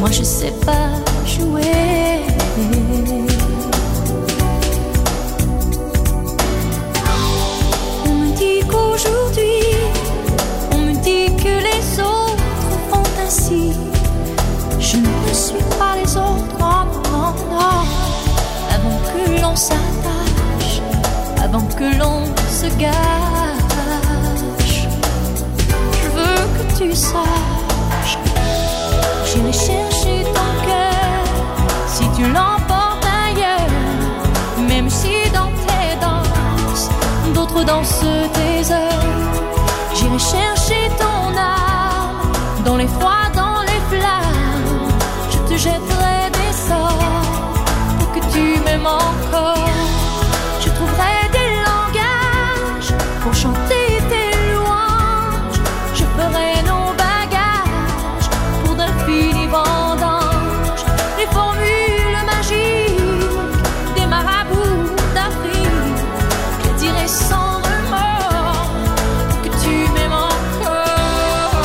tu saches. J'irai chercher ton cœur si tu l'emportes ailleurs. Même si dans tes danses, d'autres dansent tes heures. J'irai chercher ton âme dans les froids, dans les flammes. Je te jetterai des sorts pour que tu m'aimes encore. Je trouverai des langages pour chanter tes louanges. Je ferai nos bagages pour d'infinis vendanges. Les formules magiques des marabouts d'Afrique. Je les dirai sans remords pour que tu m'aimes encore.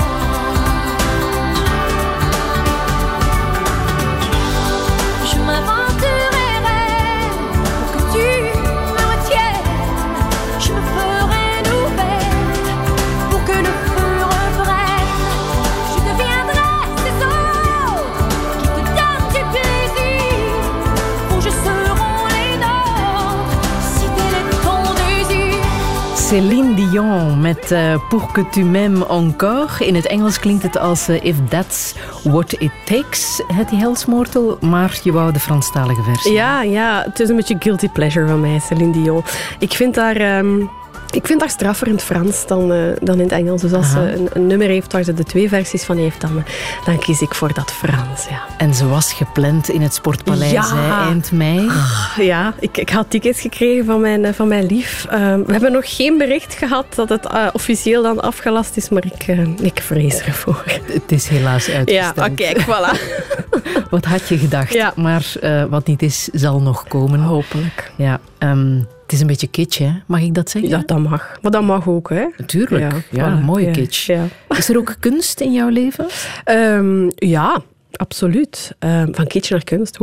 Je m'inventerai rêve pour que tu me retiennes. Je me ferai nouvelle pour que le feu reprenne. Je deviendrai ces autres qui te donnent du plaisir. Rouges seront les nôtres si tel est ton désir. Céline Dion met Pour que tu m'aimes encore. In het Engels klinkt het als If That's What It Takes, Hetty Helsmoortel, maar je wou de Franstalige versie. Ja, het is een beetje guilty pleasure van mij, Céline Dion. Ik vind haar straffer in het Frans dan in het Engels. Dus als ze een nummer heeft waar ze de 2 versies van heeft, dan kies ik voor dat Frans. Ja. En ze was gepland in het Sportpaleis eind mei. Ja, ik had tickets gekregen van mijn lief. We hebben nog geen bericht gehad dat het officieel dan afgelast is, maar ik vrees ervoor. Het is helaas uitgesteld. Ja, kijk, voilà. Wat had je gedacht? Ja. Maar wat niet is, zal nog komen. Hopelijk. Ja, het is een beetje kitsch, hè? Mag ik dat zeggen? Ja, dat mag. Maar dat mag ook, hè? Natuurlijk. Ja, voilà. mooie kitsch. Ja. Is er ook kunst in jouw leven? Ja, absoluut. Van kitsch naar kunst.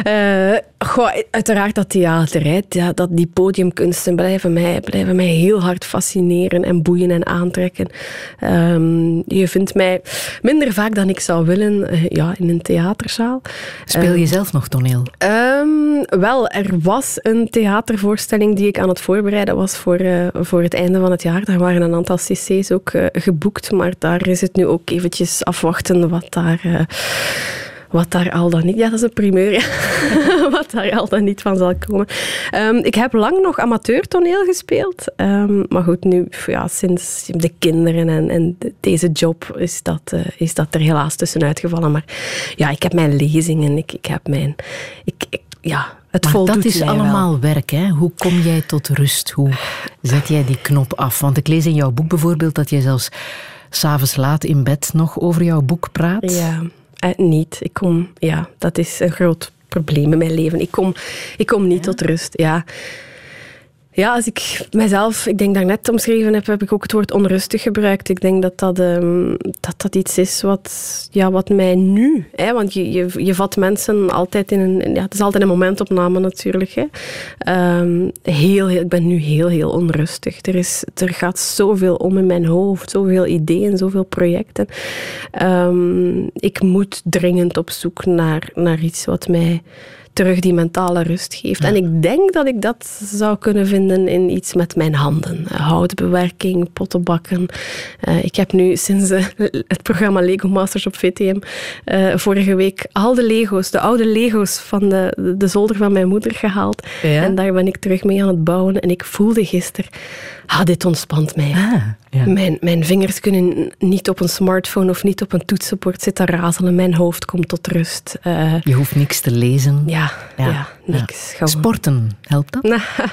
Uiteraard dat theater, hè. Dat die podiumkunsten blijven mij heel hard fascineren en boeien en aantrekken. Je vindt mij minder vaak dan ik zou willen in een theaterzaal. Speel je zelf nog toneel? Wel, er was een theatervoorstelling die ik aan het voorbereiden was voor het einde van het jaar. Daar waren een aantal cc's ook geboekt, maar daar is het nu ook eventjes afwachten wat daar al dan niet... Ja, dat is een primeur. Ja. Wat daar al dan niet van zal komen. Ik heb lang nog amateurtoneel gespeeld. Maar goed, nu, sinds de kinderen en deze job is dat er helaas tussenuit gevallen. Maar ja, ik heb mijn lezingen. Ik heb mijn... Het maar voldoet dat is mij allemaal wel. werk, hè? Hoe kom jij tot rust? Hoe zet jij die knop af? Want ik lees in jouw boek bijvoorbeeld dat jij zelfs 's avonds laat in bed nog over jouw boek praat. Ja. Niet. Dat is een groot probleem in mijn leven. Ik kom niet tot rust. Ja. Ja, als ik mijzelf, ik denk dat ik net omschreven heb ik ook het woord onrustig gebruikt. Ik denk dat iets is wat mij nu... Hè, want je vat mensen altijd in een... Ja, het is altijd een momentopname natuurlijk. Hè. Ik ben nu heel, heel onrustig. Er gaat zoveel om in mijn hoofd. Zoveel ideeën, zoveel projecten. Ik moet dringend op zoek naar iets wat mij terug die mentale rust geeft. Ja. En ik denk dat ik dat zou kunnen vinden in iets met mijn handen. Houtbewerking, pottenbakken. Ik heb nu sinds het programma Lego Masters op VTM vorige week al de oude Lego's van de zolder van mijn moeder gehaald. Ja. En daar ben ik terug mee aan het bouwen. En ik voelde gisteren, dit ontspant mij. Ja. Mijn vingers kunnen niet op een smartphone of niet op een toetsenbord zitten razelen. Mijn hoofd komt tot rust. Je hoeft niks te lezen. Ja, niks. Ja. Sporten, helpt dat?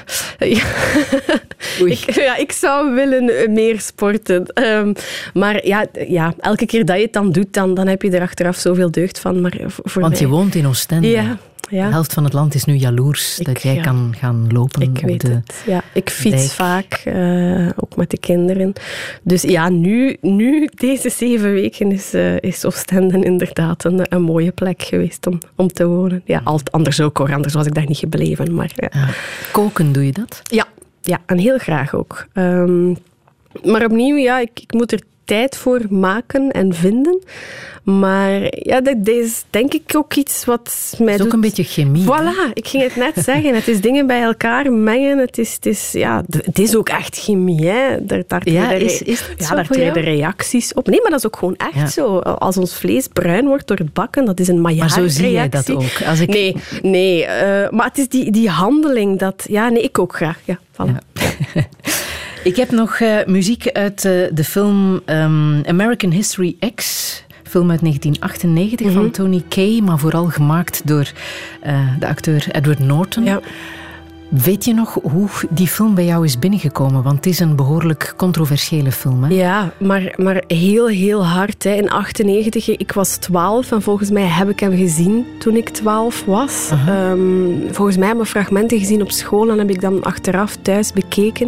Ik zou willen meer sporten. Maar elke keer dat je het dan doet, dan heb je er achteraf zoveel deugd van. Maar Want je woont in Oostende. Ja. De helft van het land is nu jaloers dat jij kan gaan lopen. Ik weet het. Ja, ik fiets vaak, ook met de kinderen. Dus ja, nu deze 7 weken is Oostende inderdaad een mooie plek geweest om te wonen. Ja, anders ook hoor, anders was ik daar niet gebleven. Maar, ja. Koken, doe je dat? Ja, en heel graag ook. Maar opnieuw, ik moet er tijd voor maken en vinden. Maar ja, dat is denk ik ook iets wat mij Het is ook een beetje chemie. Voilà, ik ging het net zeggen. Het is dingen bij elkaar mengen. Het is ook echt chemie. Hè. Daar treden reacties op. Nee, maar dat is ook gewoon echt zo. Als ons vlees bruin wordt door het bakken, dat is een Maillard-reactie. Maar zo zie jij dat ook. Als ik... Nee. Maar het is die handeling dat... Ja, nee, ik ook graag. Ja, voilà. Ja. Ik heb nog muziek uit de film American History X... film uit 1998 van Tony Kaye, maar vooral gemaakt door de acteur Edward Norton. Ja. Weet je nog hoe die film bij jou is binnengekomen? Want het is een behoorlijk controversiële film. Hè? Ja, maar heel, heel hard. Hè. In 1998, ik was 12 en volgens mij heb ik hem gezien toen ik 12 was. Volgens mij heb ik fragmenten gezien op school en heb ik dan achteraf thuis bekeken.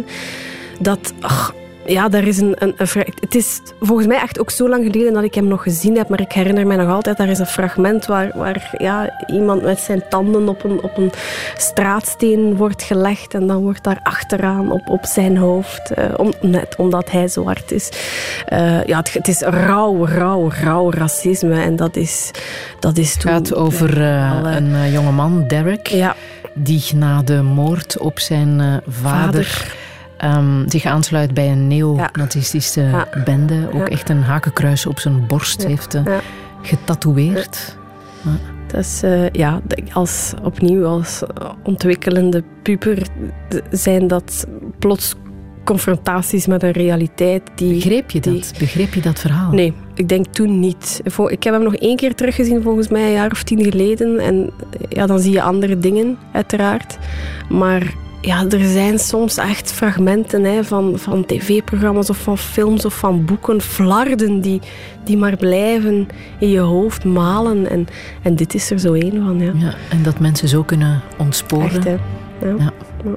Daar is het is volgens mij echt ook zo lang geleden dat ik hem nog gezien heb, maar ik herinner me nog altijd, daar is een fragment waar iemand met zijn tanden op een straatsteen wordt gelegd en dan wordt daar achteraan op zijn hoofd, net omdat hij zwart is. Het is rauw racisme en dat is toen... Het gaat over een jongeman, Derek, die na de moord op zijn vader zich aansluit bij een neo-nazistische bende. Ook echt een hakenkruis op zijn borst heeft getatoeëerd. Ja. Dat is, als ontwikkelende puber zijn dat plots confrontaties met een realiteit die... Begreep je dat verhaal? Nee, ik denk toen niet. Ik heb hem nog 1 keer teruggezien, volgens mij een jaar of 10 geleden. En dan zie je andere dingen, uiteraard. Maar... Ja, er zijn soms echt fragmenten van tv-programma's of van films of van boeken, flarden die maar blijven in je hoofd malen. En dit is er zo één van. Ja. Ja, en dat mensen zo kunnen ontsporen. Echt, hè? Ja.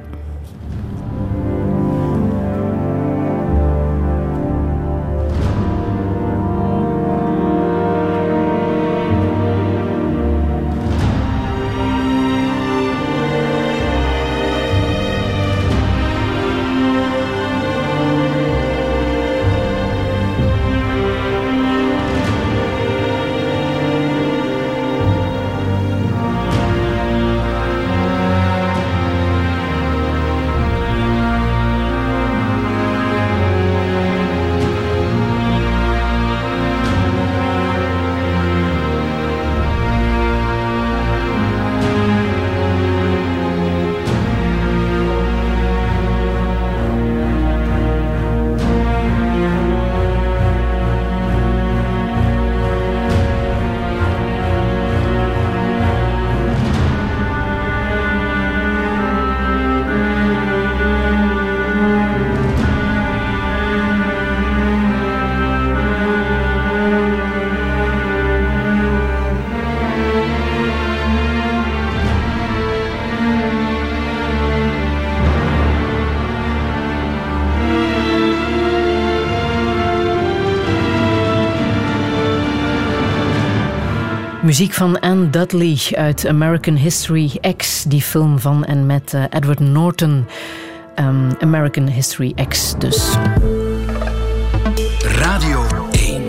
Muziek van Anne Dudley uit American History X, die film van en met Edward Norton. American History X dus. Radio 1.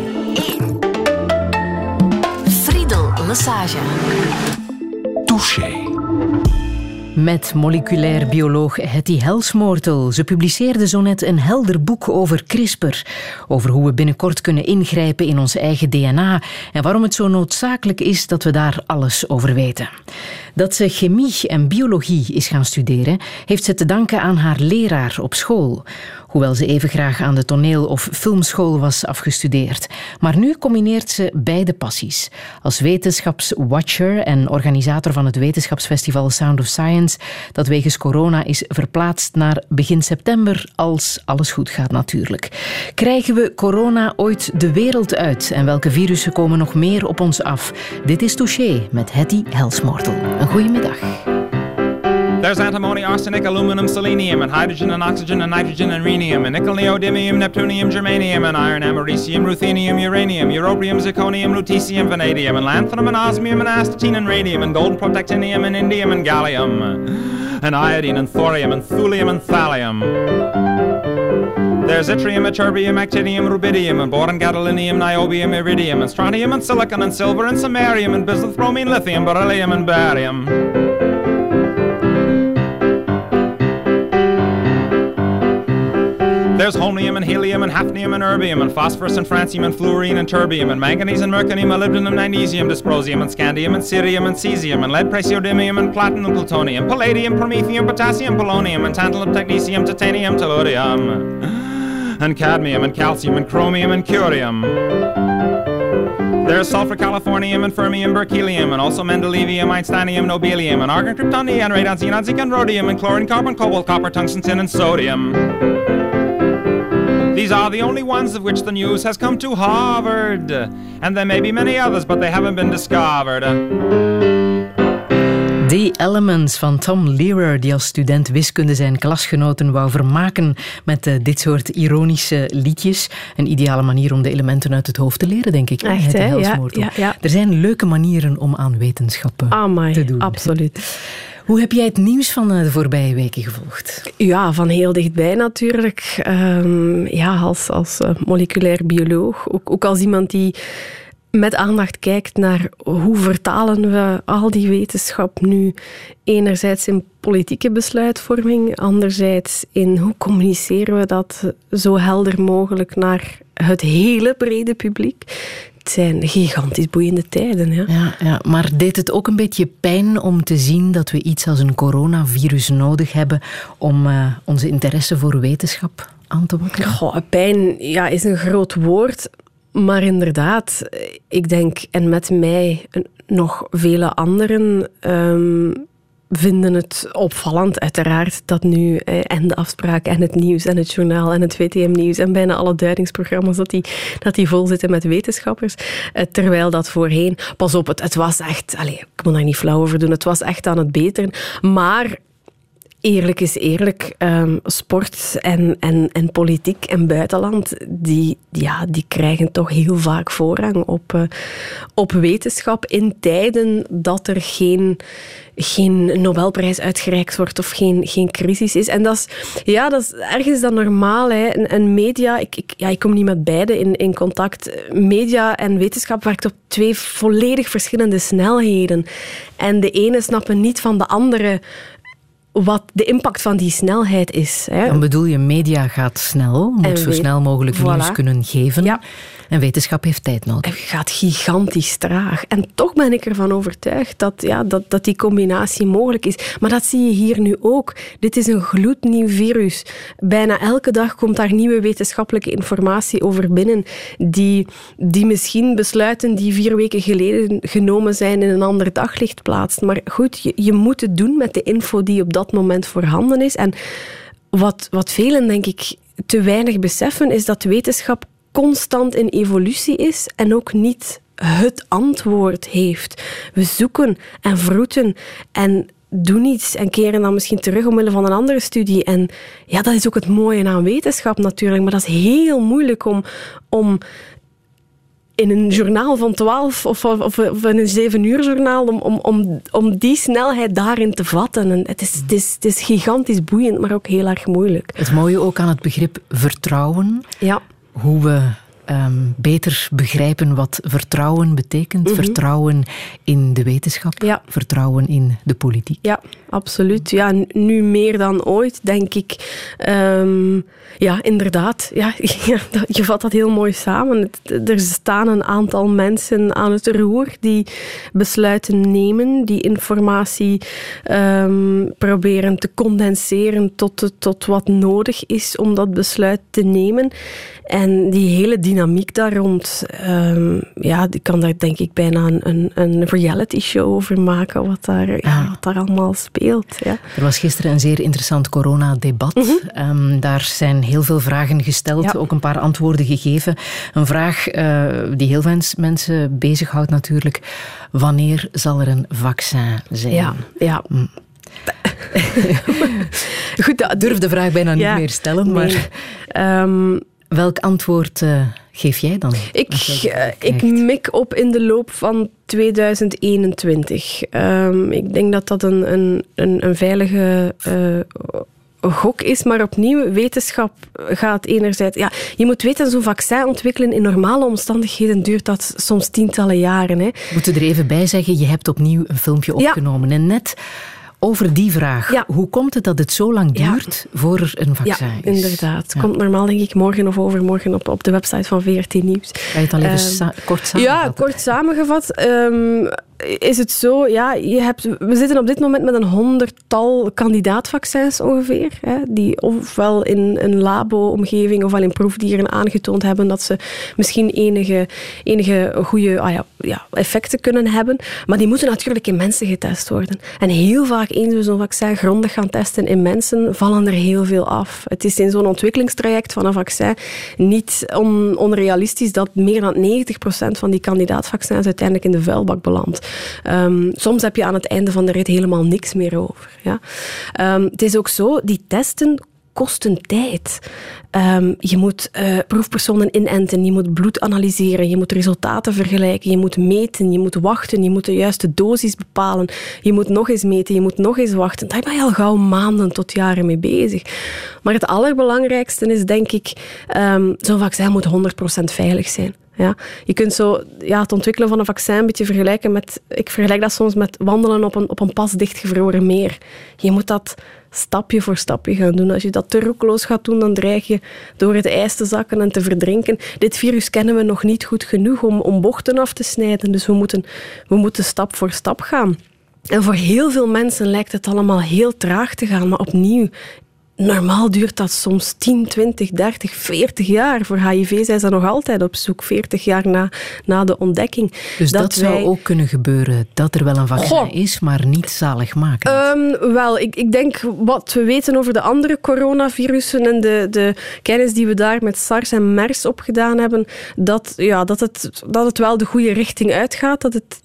Friedel Lesage. Touché. Met moleculair bioloog Hetty Helsmoortel. Ze publiceerde zo net een helder boek over CRISPR. Over hoe we binnenkort kunnen ingrijpen in ons eigen DNA. En waarom het zo noodzakelijk is dat we daar alles over weten. Dat ze chemie en biologie is gaan studeren, heeft ze te danken aan haar leraar op school. Hoewel ze even graag aan de toneel- of filmschool was afgestudeerd. Maar nu combineert ze beide passies. Als wetenschapswatcher en organisator van het wetenschapsfestival Sound of Science, dat wegens corona is verplaatst naar begin september, als alles goed gaat natuurlijk. Krijgen we corona ooit de wereld uit? En welke virussen komen nog meer op ons af? Dit is Touché met Hetty Helsmoortel. Een goede middag. There's antimony, arsenic, aluminum, selenium, and hydrogen and oxygen and nitrogen and rhenium, and nickel, neodymium, neptunium, germanium, and iron, americium, ruthenium, uranium, europium, zirconium, lutetium, vanadium, and lanthanum, and osmium, and astatine, and radium, and gold, protactinium, and indium, and gallium, and iodine, and thorium, and thulium, and thallium. There's yttrium, ytterbium, actinium, rubidium, and boron, gadolinium, niobium, iridium, and strontium, and silicon, and silver, and samarium, and bismuth, bromine, lithium, beryllium, and barium. There's holmium and helium and hafnium and erbium and phosphorus and francium and fluorine and terbium and manganese and mercurium, molybdenum, magnesium, dysprosium and scandium and cerium and cesium and lead, praseodymium and platinum, plutonium, palladium, promethium, potassium, polonium and tantalum, technetium, titanium, tellurium and cadmium and calcium and chromium and curium. There's sulfur, californium, and fermium, berkelium, and also mendelevium, einsteinium, nobelium, and argon, krypton, neon, radon, xenon, zinc, and rhodium, and chlorine, carbon, cobalt, copper, tungsten, tin, and sodium. These are the only ones of which the news has come to Harvard. And there may be many others, but they haven't been discovered. The Elements van Tom Lehrer, die als student wiskunde zijn klasgenoten wou vermaken met dit soort ironische liedjes. Een ideale manier om de elementen uit het hoofd te leren, denk ik. Echt, hè? Ja. Er zijn leuke manieren om aan wetenschap te doen. Absoluut. Hoe heb jij het nieuws van de voorbije weken gevolgd? Ja, van heel dichtbij natuurlijk. Als moleculair bioloog. Ook als iemand die met aandacht kijkt naar hoe vertalen we al die wetenschap nu enerzijds in politieke besluitvorming, anderzijds in hoe communiceren we dat zo helder mogelijk naar het hele brede publiek. Het zijn gigantisch boeiende tijden. Ja, maar deed het ook een beetje pijn om te zien dat we iets als een coronavirus nodig hebben om onze interesse voor wetenschap aan te wakkeren? Pijn is een groot woord. Maar inderdaad, ik denk, en met mij nog vele anderen vinden het opvallend uiteraard dat nu en de afspraak en het nieuws en het journaal en het VTM-nieuws en bijna alle duidingsprogramma's dat die vol zitten met wetenschappers. Terwijl dat voorheen, pas op, het was echt, ik moet daar niet flauw over doen, het was echt aan het beteren. Maar eerlijk is eerlijk, sport en politiek en buitenland, die krijgen toch heel vaak voorrang op wetenschap in tijden dat er geen Nobelprijs uitgereikt wordt of geen crisis is. En dat is ergens dan normaal. Hè. En media, ik kom niet met beide in contact. Media en wetenschap werkt op twee volledig verschillende snelheden. En de ene snappen niet van de andere wat de impact van die snelheid is. Hè. Dan bedoel je, media gaat snel, moet zo snel mogelijk nieuws kunnen geven. Ja. En wetenschap heeft tijd nodig. Het gaat gigantisch traag. En toch ben ik ervan overtuigd dat die combinatie mogelijk is. Maar dat zie je hier nu ook. Dit is een gloednieuw virus. Bijna elke dag komt daar nieuwe wetenschappelijke informatie over binnen, die misschien besluiten die 4 weken geleden genomen zijn in een ander daglicht plaatst. Maar goed, je moet het doen met de info die op dat moment voorhanden is. En wat velen, denk ik, te weinig beseffen, is dat wetenschap constant in evolutie is en ook niet het antwoord heeft. We zoeken en vroeten en doen iets en keren dan misschien terug omwille van een andere studie. En ja, dat is ook het mooie aan wetenschap natuurlijk, maar dat is heel moeilijk om in een journaal van 12 of in een 7 uur journaal om die snelheid daarin te vatten. En het is gigantisch boeiend, maar ook heel erg moeilijk. Het mooie ook aan het begrip vertrouwen. Ja. Hoe we beter begrijpen wat vertrouwen betekent. Mm-hmm. Vertrouwen in de wetenschap. Vertrouwen in de politiek. Ja, absoluut. Ja, nu meer dan ooit, denk ik. Inderdaad. Ja, je vat dat heel mooi samen. Er staan een aantal mensen aan het roer die besluiten nemen, die informatie proberen te condenseren tot wat nodig is om dat besluit te nemen. En die hele dynamiek daar rond, die kan daar denk ik bijna een reality show over maken, wat daar allemaal speelt. Ja. Er was gisteren een zeer interessant coronadebat. Mm-hmm. Daar zijn heel veel vragen gesteld, ook een paar antwoorden gegeven. Een vraag die heel veel mensen bezighoudt natuurlijk. Wanneer zal er een vaccin zijn? Ja. Goed, durf de vraag bijna niet meer stellen, maar welk antwoord geef jij dan? Ik mik op in de loop van 2021. Ik denk dat een veilige gok is, maar opnieuw, wetenschap gaat enerzijds... Ja, je moet weten, zo'n vaccin ontwikkelen in normale omstandigheden duurt dat soms tientallen jaren. Hè. We moeten er even bij zeggen, je hebt opnieuw een filmpje opgenomen. En net over die vraag. Ja. Hoe komt het dat het zo lang duurt voor er een vaccin is? Ja, inderdaad. Het komt normaal, denk ik, morgen of overmorgen op de website van VRT Nieuws. Ga je het dan even kort samenvatten? Ja, kort samengevat. Is het zo, we zitten op dit moment met een 100-tal kandidaatvaccins ongeveer, hè, die ofwel in een labo-omgeving ofwel in proefdieren aangetoond hebben dat ze misschien enige goede effecten kunnen hebben. Maar die moeten natuurlijk in mensen getest worden. En heel vaak, eens we zo'n vaccin grondig gaan testen in mensen, vallen er heel veel af. Het is in zo'n ontwikkelingstraject van een vaccin niet onrealistisch dat meer dan 90% van die kandidaatvaccins uiteindelijk in de vuilbak belandt. Soms heb je aan het einde van de rit helemaal niks meer over. Ja. Het is ook zo, die testen kosten tijd. Je moet proefpersonen inenten, je moet bloed analyseren, je moet resultaten vergelijken, je moet meten, je moet wachten, je moet de juiste dosis bepalen, je moet nog eens meten, je moet nog eens wachten. Daar ben je al gauw maanden tot jaren mee bezig. Maar het allerbelangrijkste is, denk ik, zo'n vaccin moet 100% veilig zijn. Ja, je kunt zo het ontwikkelen van een vaccin een beetje vergelijken met... Ik vergelijk dat soms met wandelen op een pas dichtgevroren meer. Je moet dat stapje voor stapje gaan doen. Als je dat te roekeloos gaat doen, dan dreig je door het ijs te zakken en te verdrinken. Dit virus kennen we nog niet goed genoeg om bochten af te snijden. Dus we moeten stap voor stap gaan. En voor heel veel mensen lijkt het allemaal heel traag te gaan. Maar opnieuw... Normaal duurt dat soms 10, 20, 30, 40 jaar. Voor HIV zijn ze nog altijd op zoek, 40 jaar na de ontdekking. Dus dat zou ook kunnen gebeuren, dat er wel een vaccin is, maar niet zaligmakend? Wel, ik denk wat we weten over de andere coronavirussen en de kennis die we daar met SARS en MERS opgedaan hebben, dat het wel de goede richting uitgaat.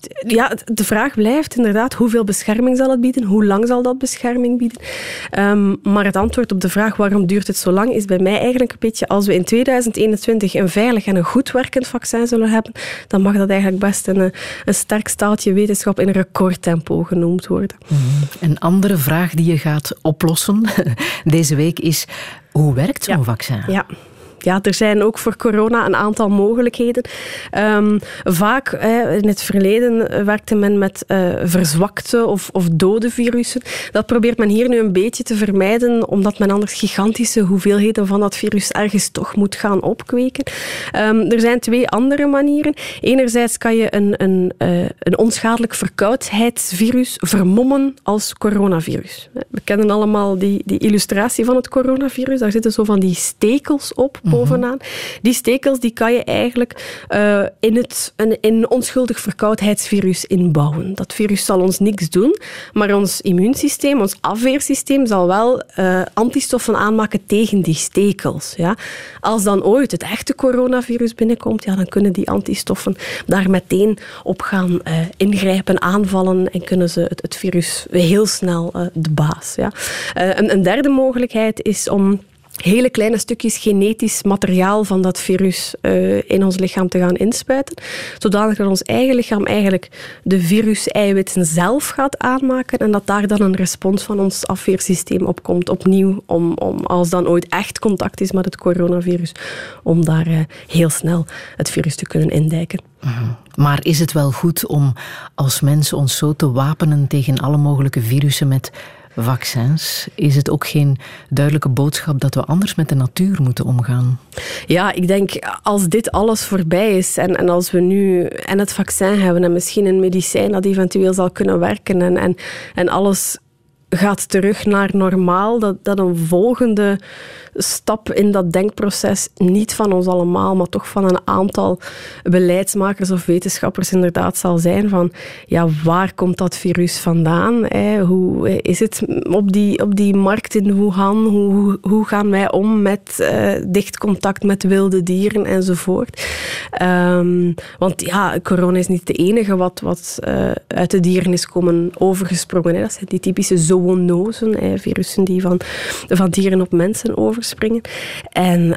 De vraag blijft inderdaad, hoeveel bescherming zal het bieden? Hoe lang zal dat bescherming bieden? Maar het antwoord op de vraag waarom duurt het zo lang, is bij mij eigenlijk een beetje, als we in 2021 een veilig en een goed werkend vaccin zullen hebben, dan mag dat eigenlijk best een sterk staaltje wetenschap in recordtempo genoemd worden. Een andere vraag die je gaat oplossen deze week is, hoe werkt zo'n vaccin? Ja, er zijn ook voor corona een aantal mogelijkheden. Vaak, in het verleden, werkte men met verzwakte of dode virussen. Dat probeert men hier nu een beetje te vermijden, omdat men anders gigantische hoeveelheden van dat virus ergens toch moet gaan opkweken. Er zijn 2 andere manieren. Enerzijds kan je een onschadelijk verkoudheidsvirus vermommen als coronavirus. We kennen allemaal die illustratie van het coronavirus. Daar zitten zo van die stekels op bovenaan. Die stekels die kan je eigenlijk in een onschuldig verkoudheidsvirus inbouwen. Dat virus zal ons niks doen, maar ons immuunsysteem, ons afweersysteem zal wel antistoffen aanmaken tegen die stekels. Ja. Als dan ooit het echte coronavirus binnenkomt, dan kunnen die antistoffen daar meteen op gaan ingrijpen, aanvallen en kunnen ze het virus heel snel de baas. Ja. Een derde mogelijkheid is om hele kleine stukjes genetisch materiaal van dat virus in ons lichaam te gaan inspuiten, zodanig dat ons eigen lichaam eigenlijk de virus-eiwitten zelf gaat aanmaken en dat daar dan een respons van ons afweersysteem op komt, opnieuw, om als dan ooit echt contact is met het coronavirus, om daar heel snel het virus te kunnen indijken. Maar is het wel goed om als mensen ons zo te wapenen tegen alle mogelijke virussen met vaccins? Is het ook geen duidelijke boodschap dat we anders met de natuur moeten omgaan? Ja, ik denk als dit alles voorbij is en als we nu en het vaccin hebben en misschien een medicijn dat eventueel zal kunnen werken en alles gaat terug naar normaal, dat een volgende stap in dat denkproces niet van ons allemaal, maar toch van een aantal beleidsmakers of wetenschappers inderdaad zal zijn van, waar komt dat virus vandaan? Hoe is het op die markt in Wuhan? Hoe gaan wij om met dicht contact met wilde dieren enzovoort? Want corona is niet de enige wat uit de dieren is komen overgesprongen. Dat zijn die typische zoonosen, virussen die van dieren op mensen overspringen. En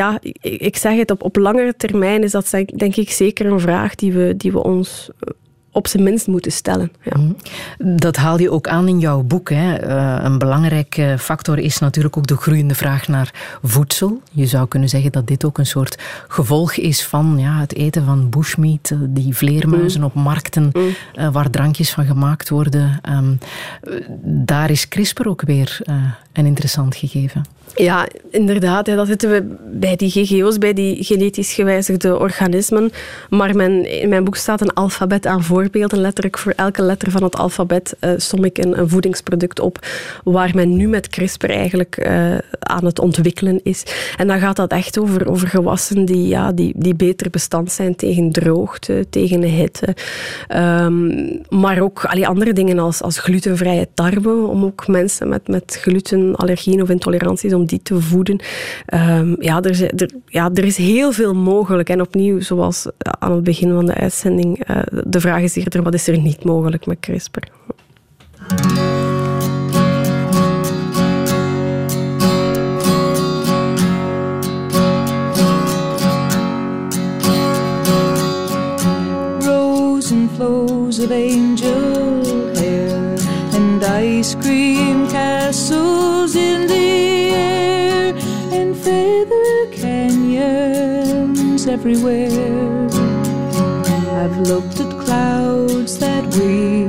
ik zeg het, op langere termijn is dat denk ik zeker een vraag die we ons op zijn minst moeten stellen. Ja. Dat haal je ook aan in jouw boek. Hè. Een belangrijke factor is natuurlijk ook de groeiende vraag naar voedsel. Je zou kunnen zeggen dat dit ook een soort gevolg is van het eten van bushmeat, die vleermuizen op markten waar drankjes van gemaakt worden. Daar is CRISPR ook weer een interessant gegeven. Ja, inderdaad. Dat zitten we bij die GGO's, bij die genetisch gewijzigde organismen. Maar in mijn boek staat een alfabet aan voorbeelden. Letterlijk voor elke letter van het alfabet som ik een voedingsproduct op waar men nu met CRISPR eigenlijk aan het ontwikkelen is. En dan gaat dat echt over gewassen die beter bestand zijn tegen droogte, tegen hitte. Maar ook andere dingen als glutenvrije tarwe, om ook mensen met glutenallergieën of intoleranties, om die te voeden. Er is heel veel mogelijk. En opnieuw, zoals aan het begin van de uitzending, de vraag is eerder, wat is er niet mogelijk met CRISPR? Rows and flows of angel hair and ice cream castles in the air and feather canyons everywhere. I've looked at clouds that way,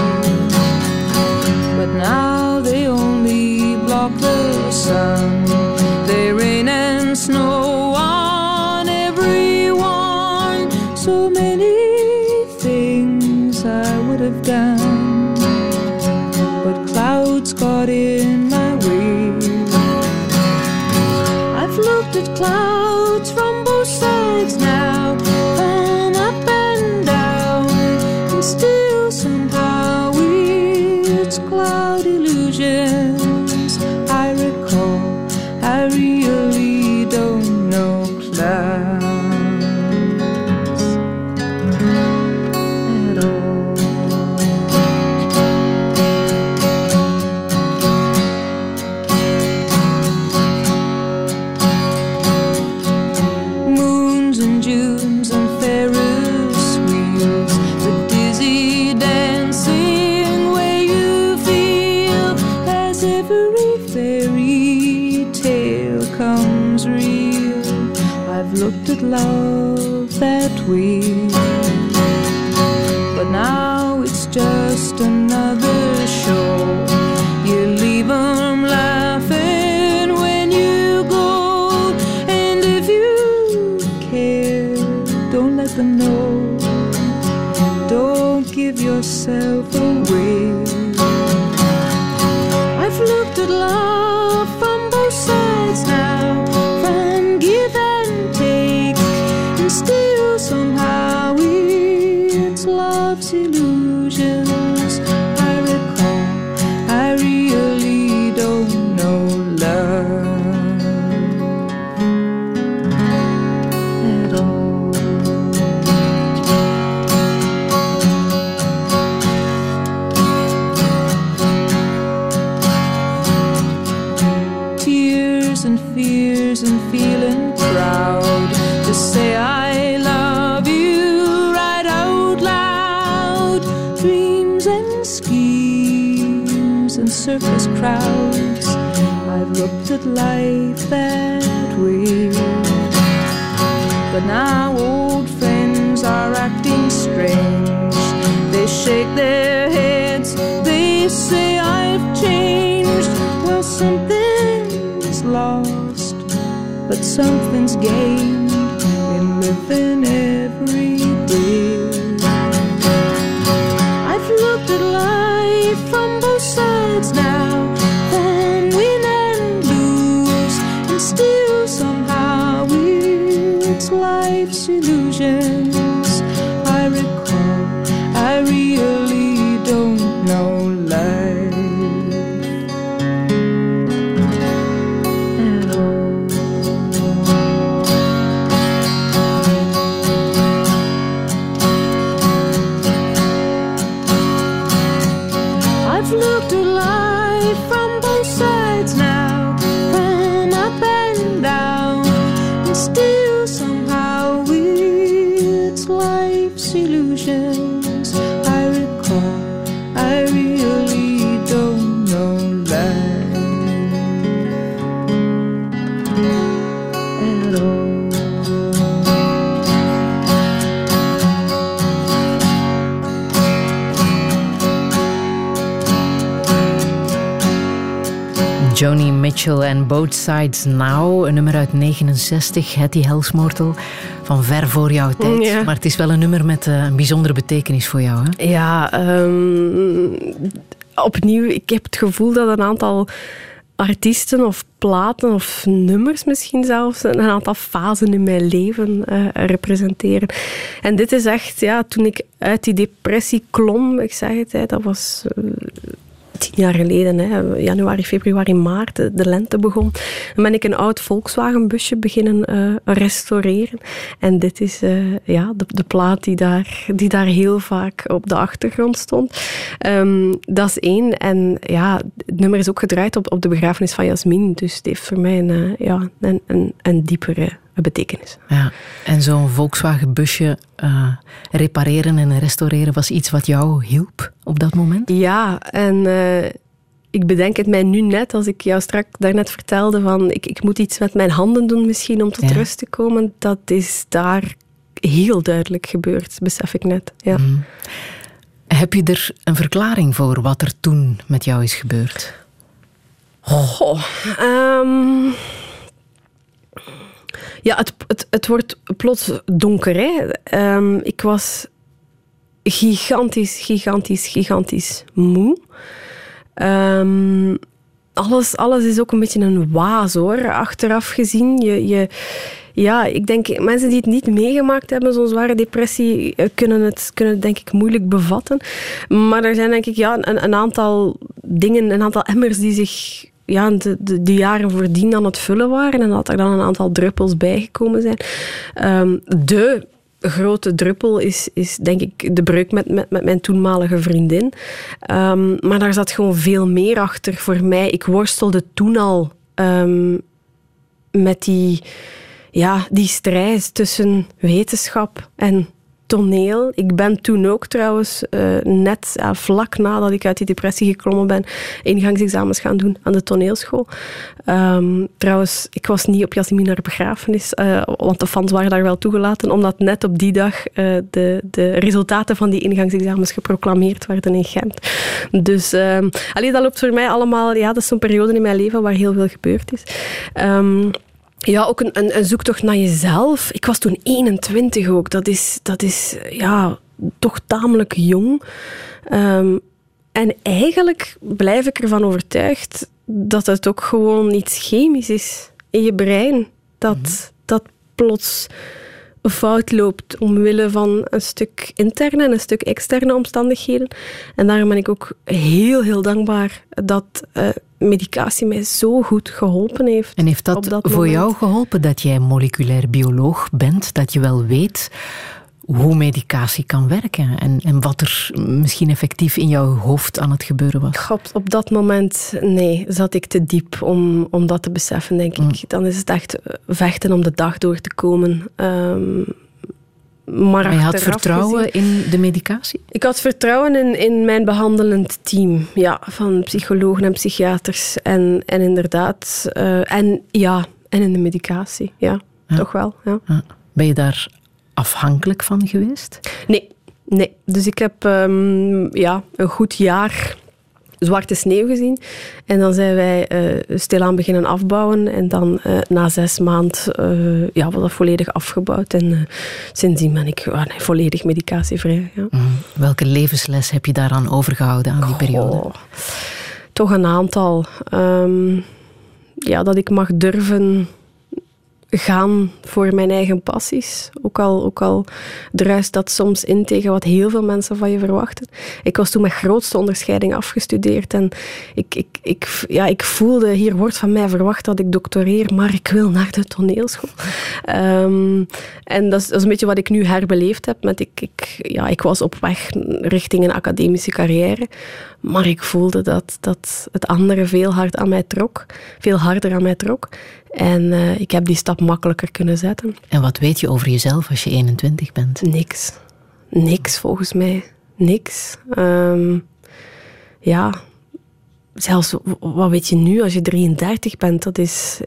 but now they only block the sun. They rain and snow on everyone. So many things I would have done, but clouds got in my way. I've looked at clouds from both sides now, from up and down, and still somehow it's cloud illusions. I recall, I really don't know clouds at all. Moons and Junes and Ferris wheels, the dizzy dancing way you feel as every fairy tale comes real. I've looked at love that way, but now it's just another show. You leave 'em laughing when you go, and if you care, don't let them know. Don't give yourself away. I've looked at love from both sides now, from give and take, and still somehow it's love's illusions. I recall, I really don't know love at all. Tears and fears and feeling proud to say I love you right out loud. Dreams and schemes and circus crowds. I've looked at life that way, but now old friends are acting strange. They shake their heads, they say I've changed. Well, something's lost, but something's gained in living every day. I've looked at life from both sides now, from win and lose, and still somehow it's life's illusions. I recall, I really don't know life at all. I've looked at life from both sides now, from up and down, and still somehow Joni Mitchell en Both Sides Now, een nummer uit 69, Hattie Helsmoortel, van ver voor jouw tijd. Ja. Maar het is wel een nummer met een bijzondere betekenis voor jou, hè? Ja, opnieuw, ik heb het gevoel dat een aantal artiesten of platen of nummers misschien zelfs een aantal fasen in mijn leven representeren. En dit is echt, ja, toen ik uit die depressie klom, ik zeg het, dat was 10 jaar geleden, januari, februari, maart, de lente begon, dan ben ik een oud Volkswagenbusje beginnen restaureren. En dit is de plaat die daar heel vaak op de achtergrond stond. Dat is één. En ja, het nummer is ook gedraaid op de begrafenis van Jasmin. Dus het heeft voor mij een diepere betekenis. Ja. En zo'n Volkswagenbusje repareren en restaureren was iets wat jou hielp op dat moment? Ja, en ik bedenk het mij nu net, als ik jou daarnet vertelde van ik moet iets met mijn handen doen misschien om tot rust te komen. Dat is daar heel duidelijk gebeurd, besef ik net. Ja. Heb je er een verklaring voor wat er toen met jou is gebeurd? Ja, het wordt plots donker. Hè. Ik was gigantisch moe. Alles is ook een beetje een waas, hoor, achteraf gezien. Ja, ik denk, mensen die het niet meegemaakt hebben, zo'n zware depressie, kunnen het denk ik moeilijk bevatten. Maar er zijn denk ik een aantal dingen, een aantal emmers die zich de jaren voordien aan het vullen waren en dat er dan een aantal druppels bijgekomen zijn. De grote druppel is denk ik de breuk met mijn toenmalige vriendin. Maar daar zat gewoon veel meer achter voor mij. Ik worstelde toen al met die strijd tussen wetenschap en toneel. Ik ben toen ook trouwens net vlak nadat ik uit die depressie geklommen ben, ingangsexamens gaan doen aan de toneelschool. Trouwens, ik was niet op Jasmin haar begrafenis, want de fans waren daar wel toegelaten, omdat net op die dag de resultaten van die ingangsexamens geproclameerd werden in Gent. Dus dat loopt voor mij allemaal, dat is zo'n periode in mijn leven waar heel veel gebeurd is. Ja, ook een zoektocht naar jezelf. Ik was toen 21 ook. Dat is toch tamelijk jong. En eigenlijk blijf ik ervan overtuigd dat het ook gewoon iets chemisch is in je brein. Dat plots fout loopt omwille van een stuk interne en een stuk externe omstandigheden. En daarom ben ik ook heel, heel dankbaar dat medicatie mij zo goed geholpen heeft. En heeft dat voor jou geholpen dat jij moleculair bioloog bent, dat je wel weet hoe medicatie kan werken en wat er misschien effectief in jouw hoofd aan het gebeuren was? God, op dat moment, nee, zat ik te diep om dat te beseffen, denk ik. Dan is het echt vechten om de dag door te komen. Maar je had vertrouwen in de medicatie? Ik had vertrouwen in mijn behandelend team. Ja, van psychologen en psychiaters. En inderdaad... en in de medicatie. Ja, toch wel. Ja. Ben je daar afhankelijk van geweest? Nee. Dus ik heb een goed jaar zwarte sneeuw gezien. En dan zijn wij stilaan beginnen afbouwen. En dan na 6 maanden was dat volledig afgebouwd. En sindsdien ben ik volledig medicatievrij. Ja. Welke levensles heb je daaraan overgehouden aan die periode? Toch een aantal. Dat ik mag durven gaan voor mijn eigen passies. Ook al druist dat soms in tegen wat heel veel mensen van je verwachten. Ik was toen met grootste onderscheiding afgestudeerd en ik voelde, hier wordt van mij verwacht dat ik doctoreer, maar ik wil naar de toneelschool. En dat is een beetje wat ik nu herbeleefd heb. Ik was op weg richting een academische carrière, maar ik voelde dat het andere veel harder aan mij trok. En ik heb die stap makkelijker kunnen zetten. En wat weet je over jezelf als je 21 bent? Niks volgens mij. Niks. Zelfs wat weet je nu als je 33 bent? Dat is,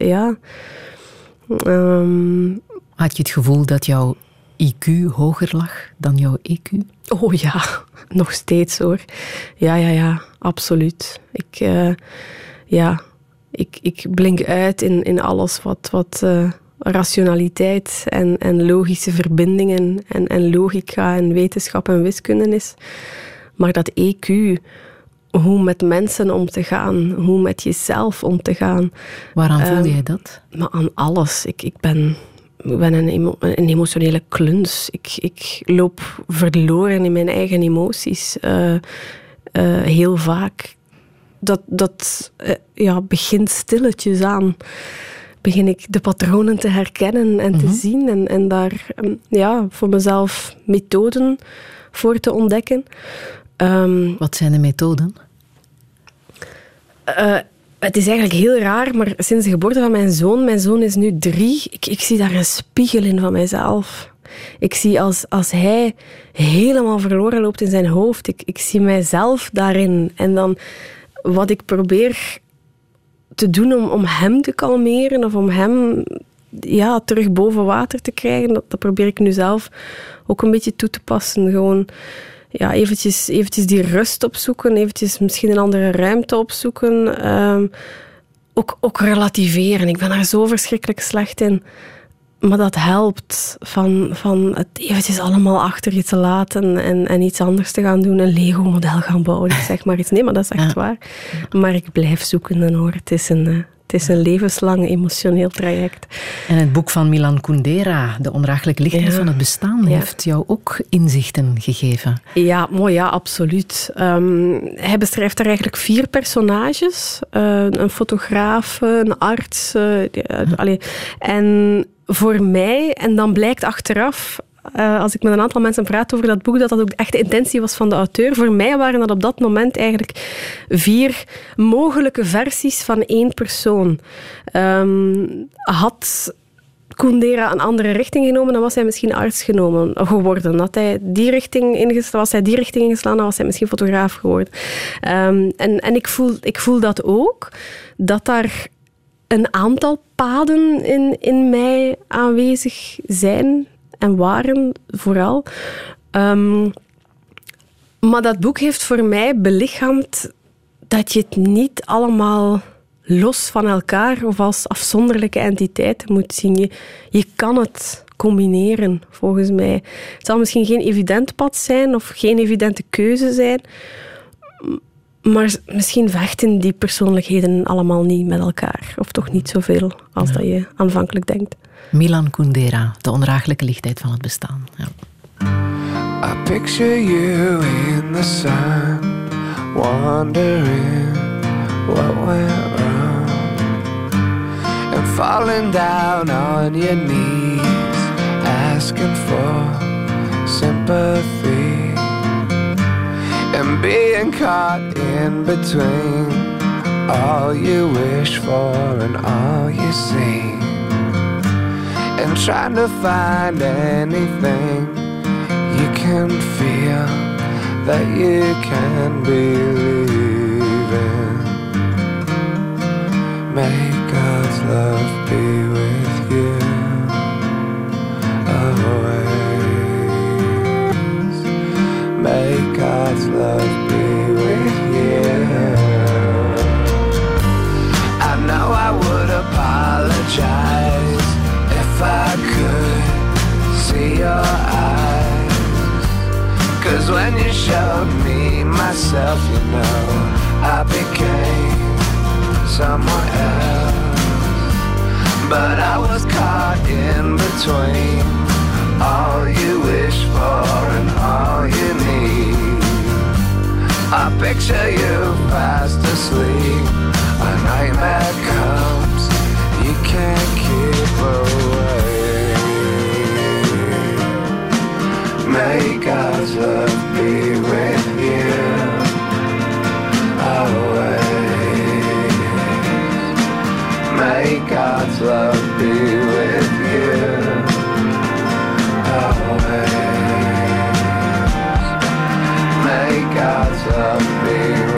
Had je het gevoel dat jouw IQ hoger lag dan jouw EQ? Oh ja, nog steeds hoor. Ja, absoluut. Ik blink uit in alles wat rationaliteit en logische verbindingen en logica en wetenschap en wiskunde is. Maar dat EQ, hoe met mensen om te gaan, hoe met jezelf om te gaan. Waaraan voel jij dat? Maar aan alles. Ik ben een emotionele kluns. Ik loop verloren in mijn eigen emoties. Heel vaak. Dat begint stilletjes aan. Begin ik de patronen te herkennen en te zien. En daar voor mezelf methoden voor te ontdekken. Wat zijn de methoden? Het is eigenlijk heel raar, maar sinds de geboorte van mijn zoon is nu 3, ik zie daar een spiegel in van mijzelf. Ik zie als hij helemaal verloren loopt in zijn hoofd, ik zie mijzelf daarin. En dan wat ik probeer te doen om hem te kalmeren of om hem terug boven water te krijgen, dat probeer ik nu zelf ook een beetje toe te passen. Gewoon eventjes die rust opzoeken, eventjes misschien een andere ruimte opzoeken. Ook relativeren. Ik ben daar zo verschrikkelijk slecht in. Maar dat helpt van het eventjes allemaal achter je te laten en iets anders te gaan doen. Een Lego-model gaan bouwen, ik zeg maar iets. Nee, maar dat is echt waar. Maar ik blijf zoeken hoor. Het is een levenslang emotioneel traject. En het boek van Milan Kundera, De ondraaglijke lichtheid van het bestaan, heeft jou ook inzichten gegeven. Ja, mooi, absoluut. Hij beschrijft er eigenlijk 4 personages. Een fotograaf, een arts. En voor mij, en dan blijkt achteraf, als ik met een aantal mensen praat over dat boek, dat ook echt de intentie was van de auteur. Voor mij waren dat op dat moment eigenlijk 4 mogelijke versies van 1 persoon. Had Kundera een andere richting genomen, dan was hij misschien arts geworden. Had hij die richting ingeslaan, dan was hij misschien fotograaf geworden. En ik voel dat ook, dat daar een aantal paden in mij aanwezig zijn en waren vooral. Maar dat boek heeft voor mij belichaamd dat je het niet allemaal los van elkaar of als afzonderlijke entiteiten moet zien. Je kan het combineren, volgens mij. Het zal misschien geen evident pad zijn of geen evidente keuze zijn, maar misschien vechten die persoonlijkheden allemaal niet met elkaar. Of toch niet zoveel als dat je aanvankelijk denkt. Milan Kundera, De ondraaglijke lichtheid van het bestaan. Ja. I picture you in the sun, wondering what went wrong, and falling down on your knees, asking for sympathy, and being caught in between all you wish for and all you see, and trying to find anything you can feel that you can believe in. May God's love be with you always. May God's love be with you. I know I would apologize if I could see your eyes, 'cause when you showed me myself, you know, I became someone else. But I was caught in between all you wish for and all you need. I picture you fast asleep, a nightmare comes, you can't keep away. May God's love be with you always. May God's love be with you always. May God's love be with you.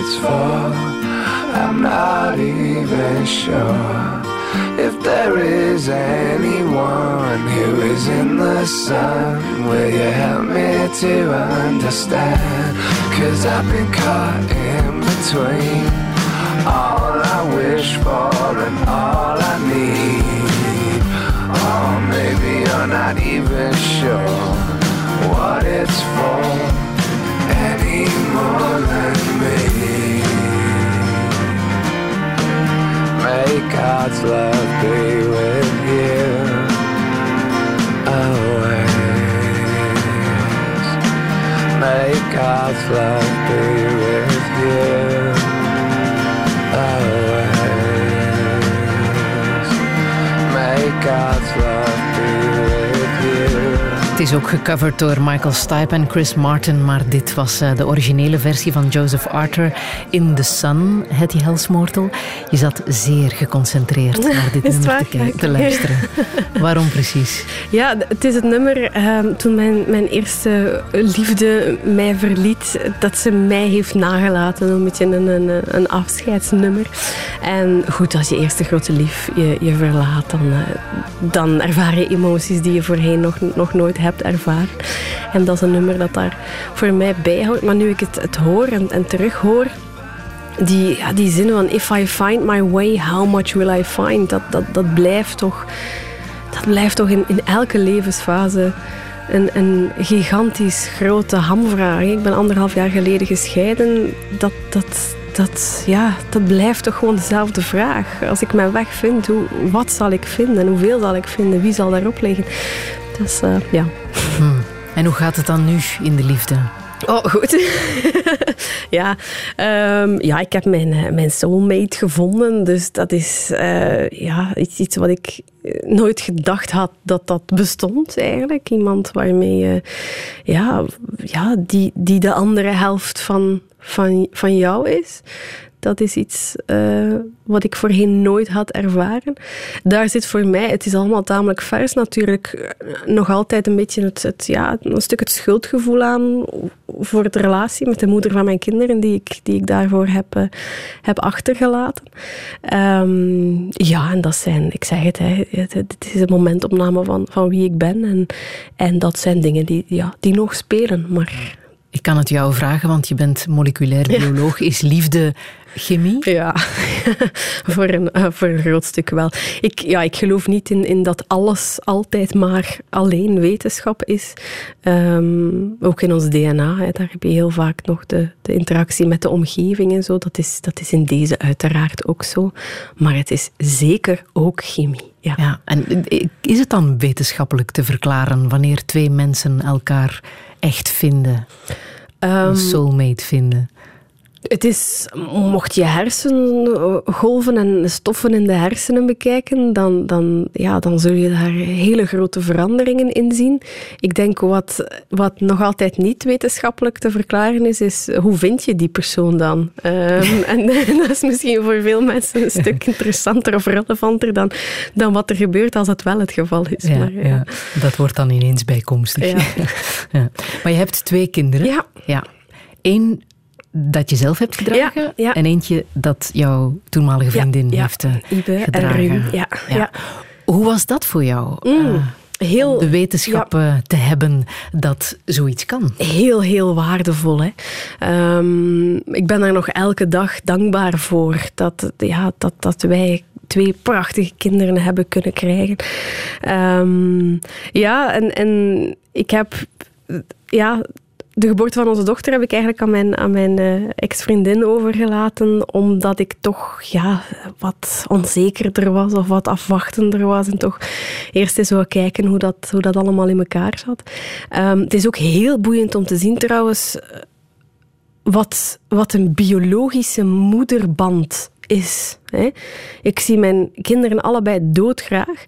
it's for. I'm not even sure if there is anyone who is in the sun. Will you help me to understand? 'Cause I've been caught in between all I wish for and all I need. Or maybe you're not even sure what it's for any more than me. May God's love be with you always. May God's love be with you always. May God's love be with you. Het is ook gecoverd door Michael Stipe en Chris Martin, maar dit was de originele versie van Joseph Arthur, In the Sun, Hetty Helsmoortel. Je zat zeer geconcentreerd naar dit nummer te luisteren. Waarom precies? Ja, het is het nummer toen mijn eerste liefde mij verliet, dat ze mij heeft nagelaten. Een beetje een afscheidsnummer. En goed, als je eerste grote lief je verlaat, dan ervaar je emoties die je voorheen nog nooit hebt ervaren. En dat is een nummer dat daar voor mij bijhoudt. Maar nu ik het hoor en terug hoor, die zin van If I find my way, how much will I find? Dat blijft toch in elke levensfase een gigantisch grote hamvraag. Ik ben 1,5 jaar geleden gescheiden. Dat blijft toch gewoon dezelfde vraag. Als ik mijn weg vind, wat zal ik vinden? Hoeveel zal ik vinden? Wie zal daarop liggen? Dus ja. En hoe gaat het dan nu in de liefde? Oh, goed. Ik heb mijn soulmate gevonden. Dus dat is iets wat ik nooit gedacht had dat bestond eigenlijk. Iemand waarmee die de andere helft van jou is. Dat is iets wat ik voorheen nooit had ervaren. Daar zit voor mij, het is allemaal tamelijk vers natuurlijk, nog altijd een beetje een stuk het schuldgevoel aan voor de relatie met de moeder van mijn kinderen die ik daarvoor heb achtergelaten. En dat zijn, ik zeg het is een momentopname van wie ik ben en dat zijn dingen die nog spelen, maar... Ik kan het jou vragen, want je bent moleculair bioloog. Is liefde chemie? Ja, voor een groot stuk wel. Ik geloof niet in dat alles altijd maar alleen wetenschap is. Ook in ons DNA, daar heb je heel vaak nog de interactie met de omgeving en zo. Dat is in deze uiteraard ook zo. Maar het is zeker ook chemie. Ja. En is het dan wetenschappelijk te verklaren wanneer 2 mensen elkaar echt vinden? Een soulmate vinden? Het is, mocht je hersengolven en stoffen in de hersenen bekijken, dan zul je daar hele grote veranderingen in zien. Ik denk wat nog altijd niet wetenschappelijk te verklaren is hoe vind je die persoon dan? En dat is misschien voor veel mensen een stuk interessanter of relevanter dan wat er gebeurt als het wel het geval is. Ja. Dat wordt dan ineens bijkomstig. Ja. Ja. Maar je hebt 2 kinderen. Ja. 1 dat je zelf hebt gedragen en eentje dat jouw toenmalige vriendin heeft Ibe gedragen. En Ruum. Ja. Hoe was dat voor jou? Heel, de wetenschap te hebben dat zoiets kan. Heel, heel waardevol. Hè? Ik ben daar nog elke dag dankbaar voor dat wij 2 prachtige kinderen hebben kunnen krijgen. En ik heb... De geboorte van onze dochter heb ik eigenlijk aan mijn ex-vriendin overgelaten, omdat ik toch wat onzekerder was of wat afwachtender was en toch eerst eens wou kijken hoe dat allemaal in elkaar zat. Het is ook heel boeiend om te zien trouwens wat een biologische moederband is. Hè? Ik zie mijn kinderen allebei doodgraag.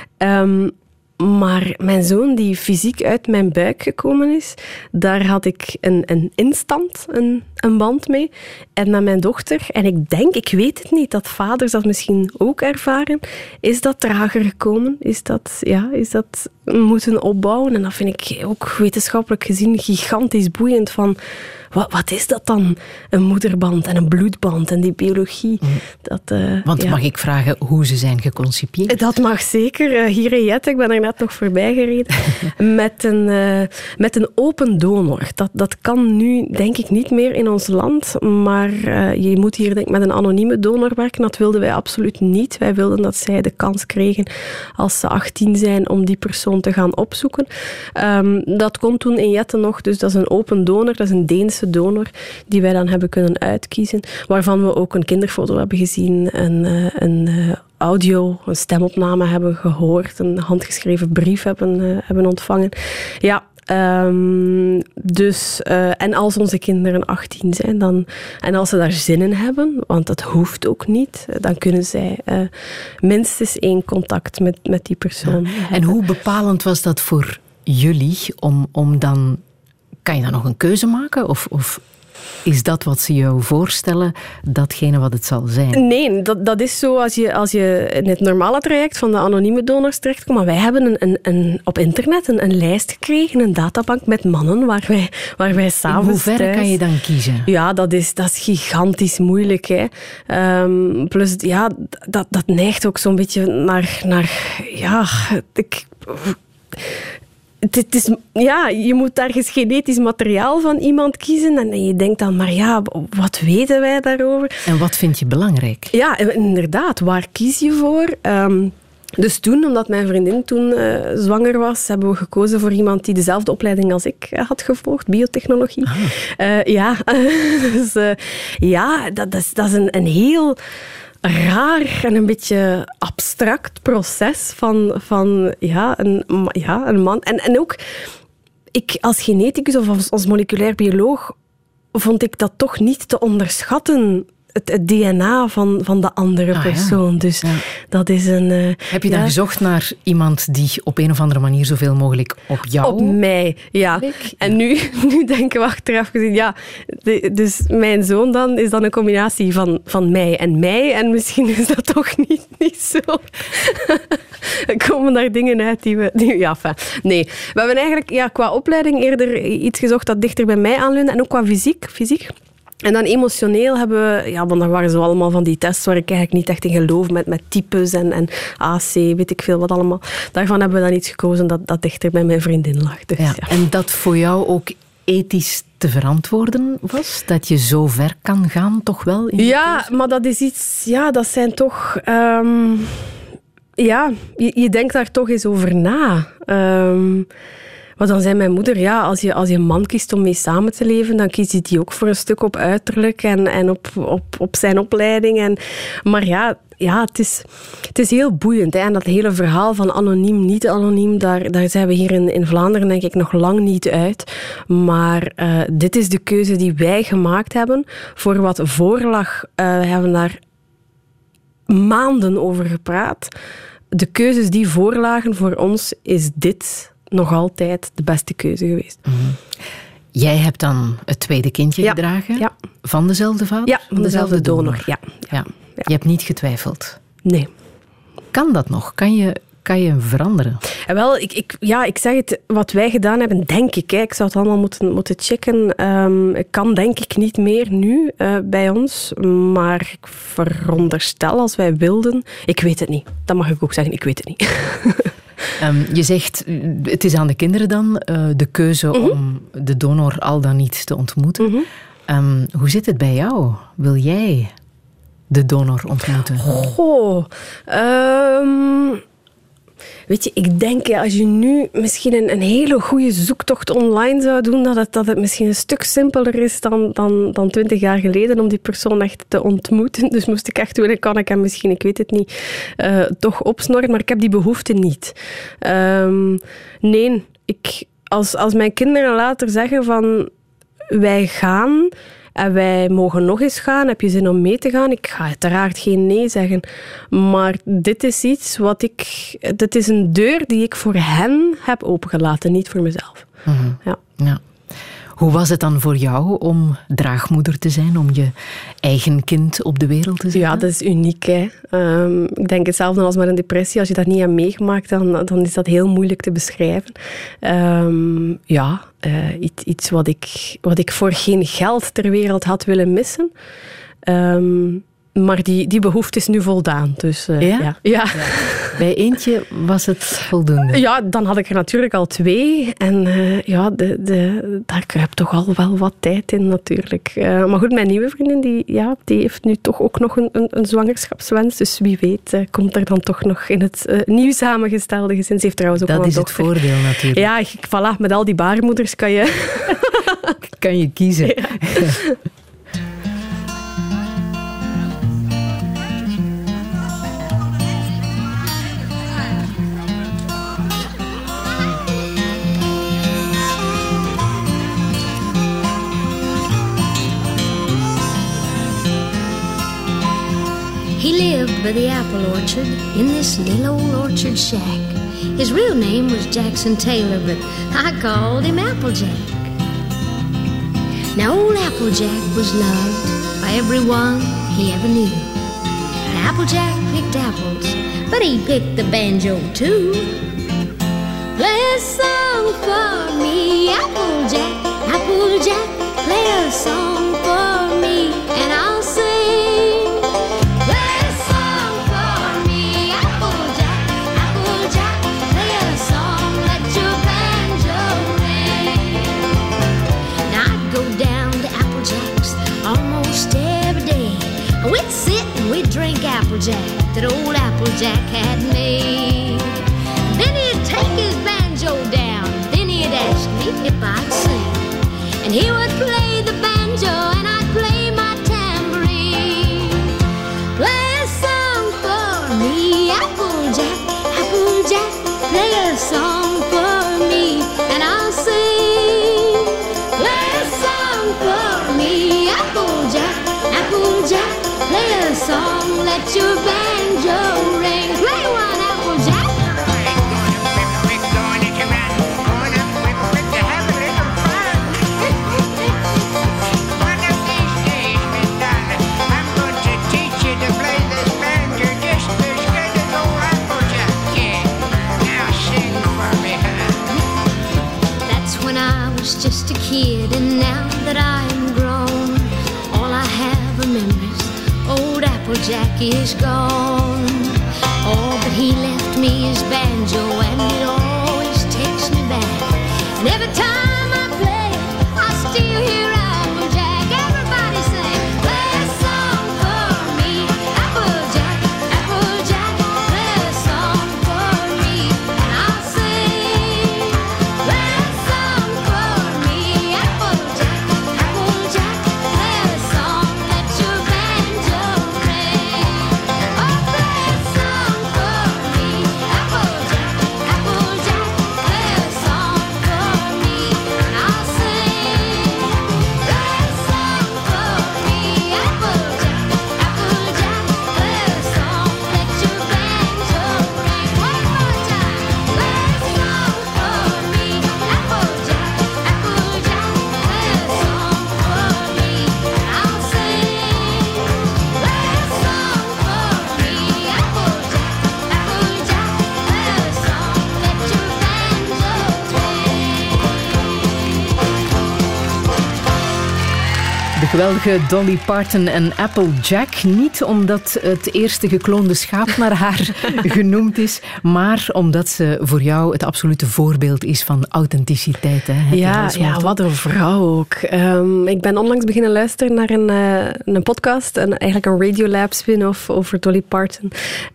Maar mijn zoon, die fysiek uit mijn buik gekomen is, daar had ik een instant een band mee. En met mijn dochter, en ik weet het niet, dat vaders dat misschien ook ervaren, is dat trager gekomen. Is dat moeten opbouwen. En dat vind ik ook wetenschappelijk gezien gigantisch boeiend wat is dat dan? Een moederband en een bloedband en die biologie. Want mag ik vragen hoe ze zijn geconcipieerd? Dat mag zeker. Hier in Jet, ik ben er net nog voorbij gereden, met een open donor. Dat kan nu denk ik niet meer in ons land, maar je moet hier denk ik met een anonieme donor werken. Dat wilden wij absoluut niet. Wij wilden dat zij de kans kregen als ze 18 zijn om die persoon te gaan opzoeken. Dat kon toen in Jette nog, dus dat is een open donor, dat is een Deense donor die wij dan hebben kunnen uitkiezen, waarvan we ook een kinderfoto hebben gezien, een audio, een stemopname hebben gehoord, een handgeschreven brief hebben ontvangen. Ja, en als onze kinderen 18 zijn, en als ze daar zin in hebben, want dat hoeft ook niet, dan kunnen zij minstens 1 contact met die persoon hebben. En hoe bepalend was dat voor jullie om dan... Kan je dan nog een keuze maken? Of is dat wat ze jou voorstellen, datgene wat het zal zijn? Nee, dat is zo als je in het normale traject van de anonieme donors terechtkomt. Maar wij hebben op internet een lijst gekregen, een databank met mannen waar wij s'avonds. In hoeverre kan je dan kiezen? Ja, dat is gigantisch moeilijk. Hè. Plus, ja, dat neigt ook zo'n beetje naar je moet ergens genetisch materiaal van iemand kiezen en je denkt dan, maar ja, wat weten wij daarover? En wat vind je belangrijk? Ja, inderdaad, waar kies je voor? Dus toen, omdat mijn vriendin toen zwanger was, hebben we gekozen voor iemand die dezelfde opleiding als ik had gevolgd, biotechnologie. Dat is een heel raar en een beetje abstract proces van een man. En ook, ik als geneticus of als moleculair bioloog vond ik dat toch niet te onderschatten, het DNA van de andere persoon. Dus dat is een... Heb je dan gezocht naar iemand die op een of andere manier zoveel mogelijk op jou... Op mij, ja. En nu denken we achteraf gezien, dus mijn zoon dan is dan een combinatie van mij. En misschien is dat toch niet zo. Er komen daar dingen uit die we... Nee, we hebben eigenlijk qua opleiding eerder iets gezocht dat dichter bij mij aanleunde. En ook qua fysiek. En dan emotioneel hebben we... Ja, want dan waren zo allemaal van die tests waar ik eigenlijk niet echt in geloof, met types en AC, weet ik veel wat allemaal. Daarvan hebben we dan iets gekozen dat dichter bij mijn vriendin lag. Dus, ja. En dat voor jou ook ethisch te verantwoorden was? Dat je zo ver kan gaan, toch wel? Ja, maar dat is iets... Ja, dat zijn toch... je denkt daar toch eens over na. Maar dan zei mijn moeder, als je een man kiest om mee samen te leven, dan kies je die ook voor een stuk op uiterlijk en op zijn opleiding. Maar het is heel boeiend. Hè? En dat hele verhaal van anoniem, niet anoniem, daar zijn we hier in Vlaanderen denk ik nog lang niet uit. Maar dit is de keuze die wij gemaakt hebben. Voor wat voorlag, we hebben daar maanden over gepraat. De keuzes die voorlagen voor ons, is dit nog altijd de beste keuze geweest. Mm-hmm. Jij hebt dan het tweede kindje gedragen? Ja. Van dezelfde vader? Ja, van dezelfde donor. Ja. Je hebt niet getwijfeld? Nee. Kan dat nog? Kan je veranderen? Wel, ik zeg het, wat wij gedaan hebben, denk ik. Ik zou het allemaal moeten checken. Ik kan denk ik niet meer nu bij ons. Maar ik veronderstel als wij wilden... Ik weet het niet. Dat mag ik ook zeggen, ik weet het niet. Je zegt, het is aan de kinderen dan de keuze om de donor al dan niet te ontmoeten. Hoe zit het bij jou? Wil jij de donor ontmoeten? Weet je, ik denk als je nu misschien een hele goede zoektocht online zou doen, dat het misschien een stuk simpeler is dan 20 jaar geleden om die persoon echt te ontmoeten. Dus moest ik echt willen, kan ik hem misschien, ik weet het niet, toch opsnorren. Maar ik heb die behoefte niet. Nee, als mijn kinderen later zeggen van wij gaan... En wij mogen nog eens gaan. Heb je zin om mee te gaan? Ik ga uiteraard geen nee zeggen. Maar dit is iets dit is een deur die ik voor hen heb opengelaten, niet voor mezelf. Mm-hmm. Ja. Hoe was het dan voor jou om draagmoeder te zijn, om je eigen kind op de wereld te zetten? Ja, dat is uniek. Hè. Ik denk hetzelfde als met een depressie. Als je dat niet hebt meegemaakt, dan is dat heel moeilijk te beschrijven. iets wat ik voor geen geld ter wereld had willen missen. Maar die behoefte is nu voldaan. Dus, ja. Bij eentje was het voldoende? Ja, dan had ik er natuurlijk al 2. En daar kruipt toch al wel wat tijd in natuurlijk. Maar goed, mijn nieuwe vriendin die heeft nu toch ook nog een zwangerschapswens. Dus wie weet komt er dan toch nog in het nieuw samengestelde gezin. Ze heeft trouwens ook dat wel een is dochter. Het voordeel natuurlijk. Ja, voilà, met al die baarmoeders kan je... kan je kiezen. Ja. He lived by the apple orchard in this little old orchard shack. His real name was Jackson Taylor, but I called him Applejack. Now old Applejack was loved by everyone he ever knew. And Applejack picked apples, but he picked the banjo too. Play a song for me, Applejack, Applejack, play a song for me, and I'll sing. We'd sit and we'd drink Applejack that old Applejack had made. Then he'd take his banjo down, then he'd ask me if I'd sing. And he would play the banjo and I'd play my tambourine. Play a song for me, Applejack, Applejack, play a song for me and I'll sing. Play a song for me, Applejack, Applejack, play a song, let your banjo ring. Play one, Applejack. We're going to run, going up, we're to have a little fun. One of these days, Miss Donna, I'm going to teach you to play this banjo just as good as old Applejack can. Now sing for me, huh? That's when I was just a kid, and now that I'm grown, all I have are memories. Old Applejack is gone. Oh, but he left me his banjo and it always takes me back. And every time I play, I still hear Applejack. Everybody sing, play a song for me, Applejack, Applejack, play a song for me, and I'll sing. Play a song for me, Applejack, Applejack, play a song, let your banjo ring. Oh, play a song for me, Applejack, Applejack, play a song for me, and I'll sing. Play a song for me, Applejack, Applejack, play a song, let your banjo ring. One more time. Play a song for me, Applejack, Applejack, play a song for me, and I'll sing. Play a song for me, Applejack, Applejack, play a song, let your banjo De geweldige Dolly Parton en Applejack. Niet omdat het eerste gekloonde schaap naar haar genoemd is, maar omdat ze voor jou het absolute voorbeeld is van authenticiteit. Hè? Ja, wat een vrouw ook. Ik ben onlangs beginnen luisteren naar een podcast, eigenlijk een Radiolab spin-off over Dolly Parton,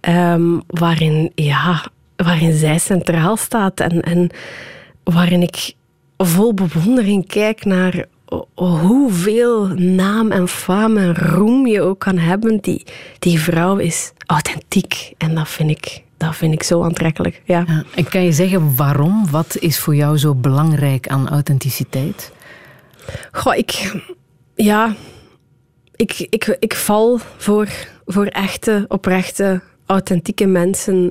waarin zij centraal staat en waarin ik vol bewondering kijk naar hoeveel naam en faam en roem je ook kan hebben. Die vrouw is authentiek en dat vind ik zo aantrekkelijk. Ja. Ja, en kan je zeggen waarom? Wat is voor jou zo belangrijk aan authenticiteit? Goh, ik val voor echte, oprechte, authentieke mensen.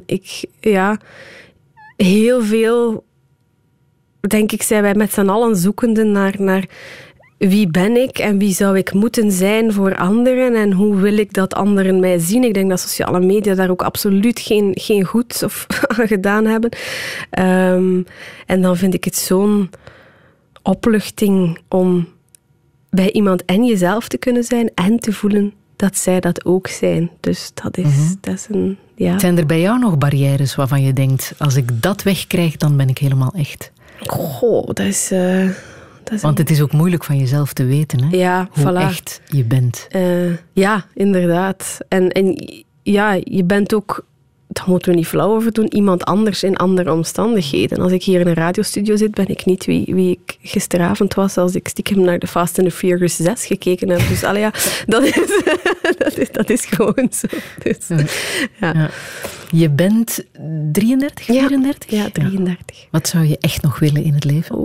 Heel veel, denk ik, zijn wij met z'n allen zoekende naar wie ben ik en wie zou ik moeten zijn voor anderen en hoe wil ik dat anderen mij zien. Ik denk dat sociale media daar ook absoluut geen goed of aan gedaan hebben. En dan vind ik het zo'n opluchting om bij iemand en jezelf te kunnen zijn en te voelen dat zij dat ook zijn. Dus dat is een... Ja. Zijn er bij jou nog barrières waarvan je denkt, als ik dat wegkrijg, dan ben ik helemaal echt? Goh, dat is... Want het is ook moeilijk van jezelf te weten, hè? Ja, hoe voilà. echt je bent. Ja, inderdaad. En ja, je bent ook, daar moeten we niet flauw over doen, iemand anders in andere omstandigheden. Als ik hier in een radiostudio zit, ben ik niet wie ik gisteravond was als ik stiekem naar de Fast and the Furious 6 gekeken heb. Dus ja, dat is gewoon zo. Dus, ja. Je bent 33, 34? Ja, 33. Ja. Wat zou je echt nog willen in het leven?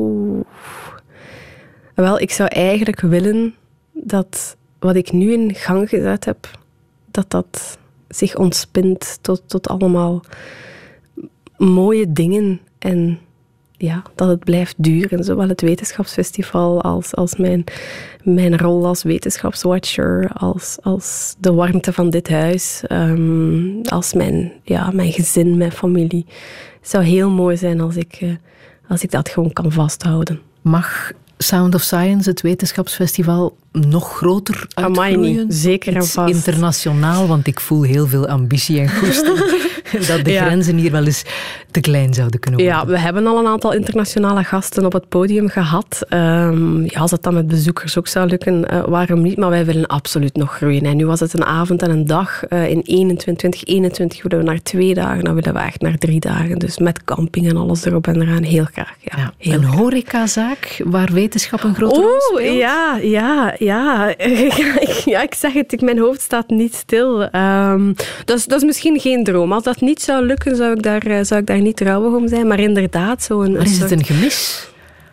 Wel, ik zou eigenlijk willen dat wat ik nu in gang gezet heb, dat zich ontspint tot allemaal mooie dingen. En ja, dat het blijft duren. Zowel het wetenschapsfestival als mijn rol als wetenschapswatcher, als de warmte van dit huis, als mijn gezin, mijn familie. Het zou heel mooi zijn als ik dat gewoon kan vasthouden. Mag Sound of Science, het wetenschapsfestival, nog groter uitgroeien? Zeker en vast. Internationaal, want ik voel heel veel ambitie en goesting. Dat de grenzen hier wel eens te klein zouden kunnen worden. Ja, we hebben al een aantal internationale gasten op het podium gehad. Als het dan met bezoekers ook zou lukken, waarom niet? Maar wij willen absoluut nog groeien. En nu was het een avond en een dag. In 2021 willen we naar 2 dagen. Dan willen we echt naar 3 dagen. Dus met camping en alles erop en eraan. Heel graag. Ja, heel een graag. horecazaak waar wetenschap een grote rol speelt? Ja. Ik zeg het, mijn hoofd staat niet stil. Dat is misschien geen droom. Als dat niet zou lukken, zou ik daar niet trouwig om zijn. Maar inderdaad, Maar is het een gemis?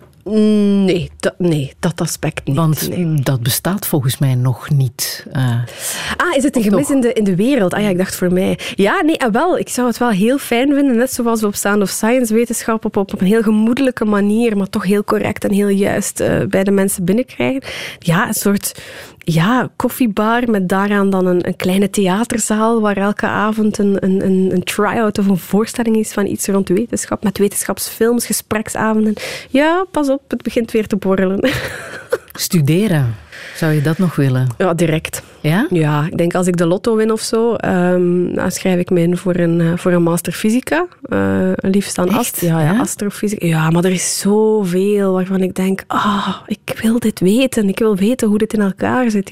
Nee, dat aspect niet. Want dat bestaat volgens mij nog niet. Is het een gemis in de wereld? Ja, ik dacht voor mij. Ja, nee, wel. Ik zou het wel heel fijn vinden, net zoals we op Sound of Science wetenschap op een heel gemoedelijke manier, maar toch heel correct en heel juist bij de mensen binnenkrijgen. Ja, een soort koffiebar met daaraan dan een kleine theaterzaal waar elke avond een try-out of een voorstelling is van iets rond wetenschap, met wetenschapsfilms, gespreksavonden. Ja, pas op, het begint weer te borrelen. Studeren, zou je dat nog willen? Ja, direct. Ja? Ja, ik denk als ik de lotto win of zo, dan schrijf ik me in voor een master fysica. Liefst aan astrofysica. Ja, maar er is zoveel waarvan ik denk, ik wil dit weten. Ik wil weten hoe dit in elkaar zit.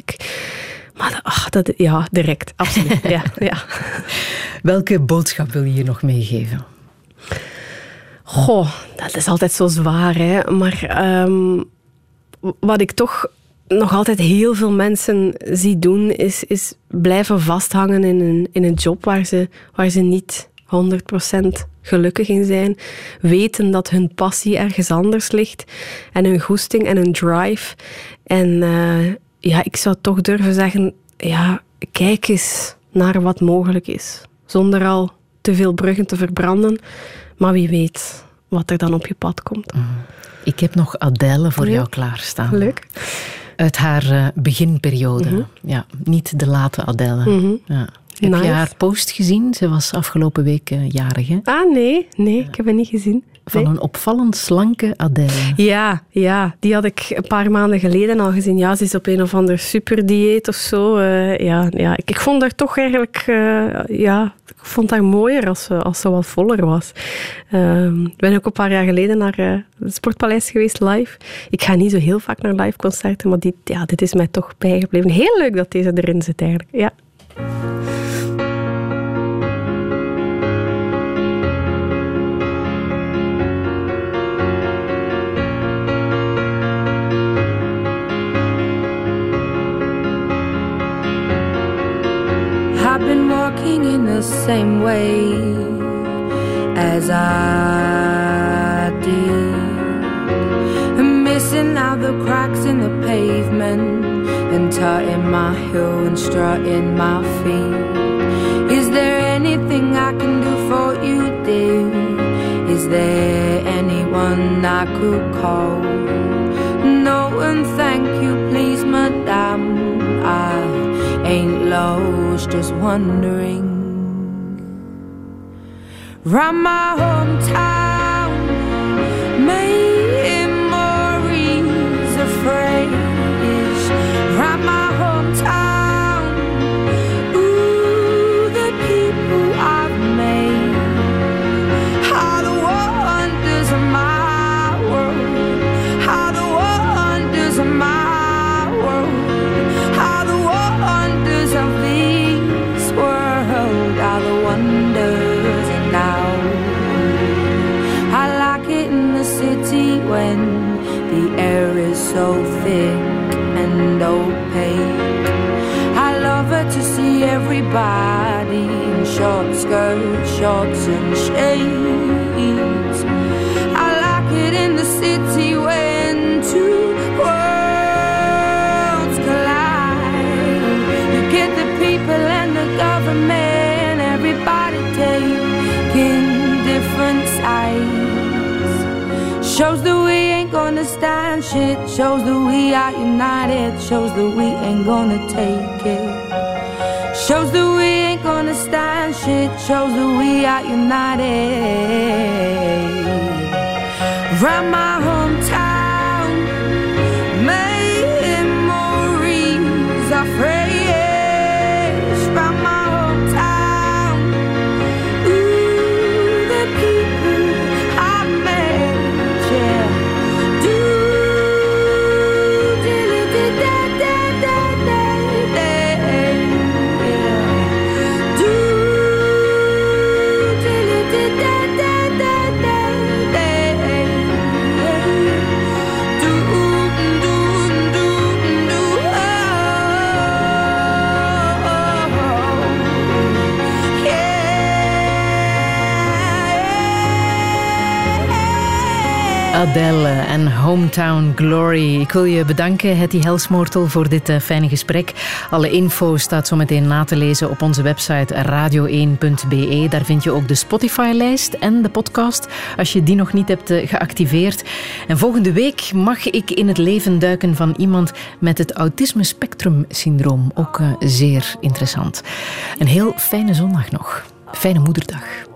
Direct. Absoluut. ja. Welke boodschap wil je hier nog meegeven? Goh, dat is altijd zo zwaar, hè. Maar wat ik toch nog altijd heel veel mensen zie doen, is blijven vasthangen in een job waar ze niet 100% gelukkig in zijn. Weten dat hun passie ergens anders ligt. En hun goesting en hun drive. En ik zou toch durven zeggen, kijk eens naar wat mogelijk is. Zonder al te veel bruggen te verbranden. Maar wie weet wat er dan op je pad komt. Ik heb nog Adele voor jou klaarstaan. Leuk. Uit haar beginperiode. Ja, niet de late Adele. Ja. Heb je haar post gezien? Ze was afgelopen week jarig, hè? Nee, ik heb het niet gezien. Van een opvallend slanke Adele. Ja, die had ik een paar maanden geleden al gezien. Ja, ze is op een of ander superdieet of zo. Ik vond haar toch eigenlijk... ik vond haar mooier als ze wat voller was. Ik ben ook een paar jaar geleden naar het Sportpaleis geweest, live. Ik ga niet zo heel vaak naar live concerten, maar dit is mij toch bijgebleven. Heel leuk dat deze erin zit eigenlijk, ja. I've been walking in the same way as I did, missing out the cracks in the pavement and tutting my heel and strutting my feet. Is there anything I can do for you, dear? Is there anyone I could call? No, and thank you, please, madame. I ain't lost, just wondering. Round my hometown, memories phrase round my hometown. Ooh, the people I've made are the wonders of my world, are the wonders of my world, are the wonders of this world, are the wonders now. I like it in the city when the air is so thick and opaque. I love it to see everybody in short skirts, shorts and shades. I like it in the city when two worlds collide. You get the people and the government, everybody taking different sides. Shows that we ain't gonna stand shit. Shows that we are united. Shows that we ain't gonna take it. Shows that we ain't gonna stand shit. Shows that we are united. Round my hometown, memories are fresh. Round my hometown, ooh, the people I met, yeah. Do diddly da da da da da, yeah. Do diddly da da da da da, yeah. Do do do do, oh, Adele en Hometown Glory. Ik wil je bedanken, Hetty Helsmoortel, voor dit fijne gesprek. Alle info staat zo meteen na te lezen op onze website radio1.be. Daar vind je ook de Spotify-lijst en de podcast, als je die nog niet hebt geactiveerd. En volgende week mag ik in het leven duiken van iemand met het autisme-spectrum-syndroom. Ook zeer interessant. Een heel fijne zondag nog. Fijne moederdag.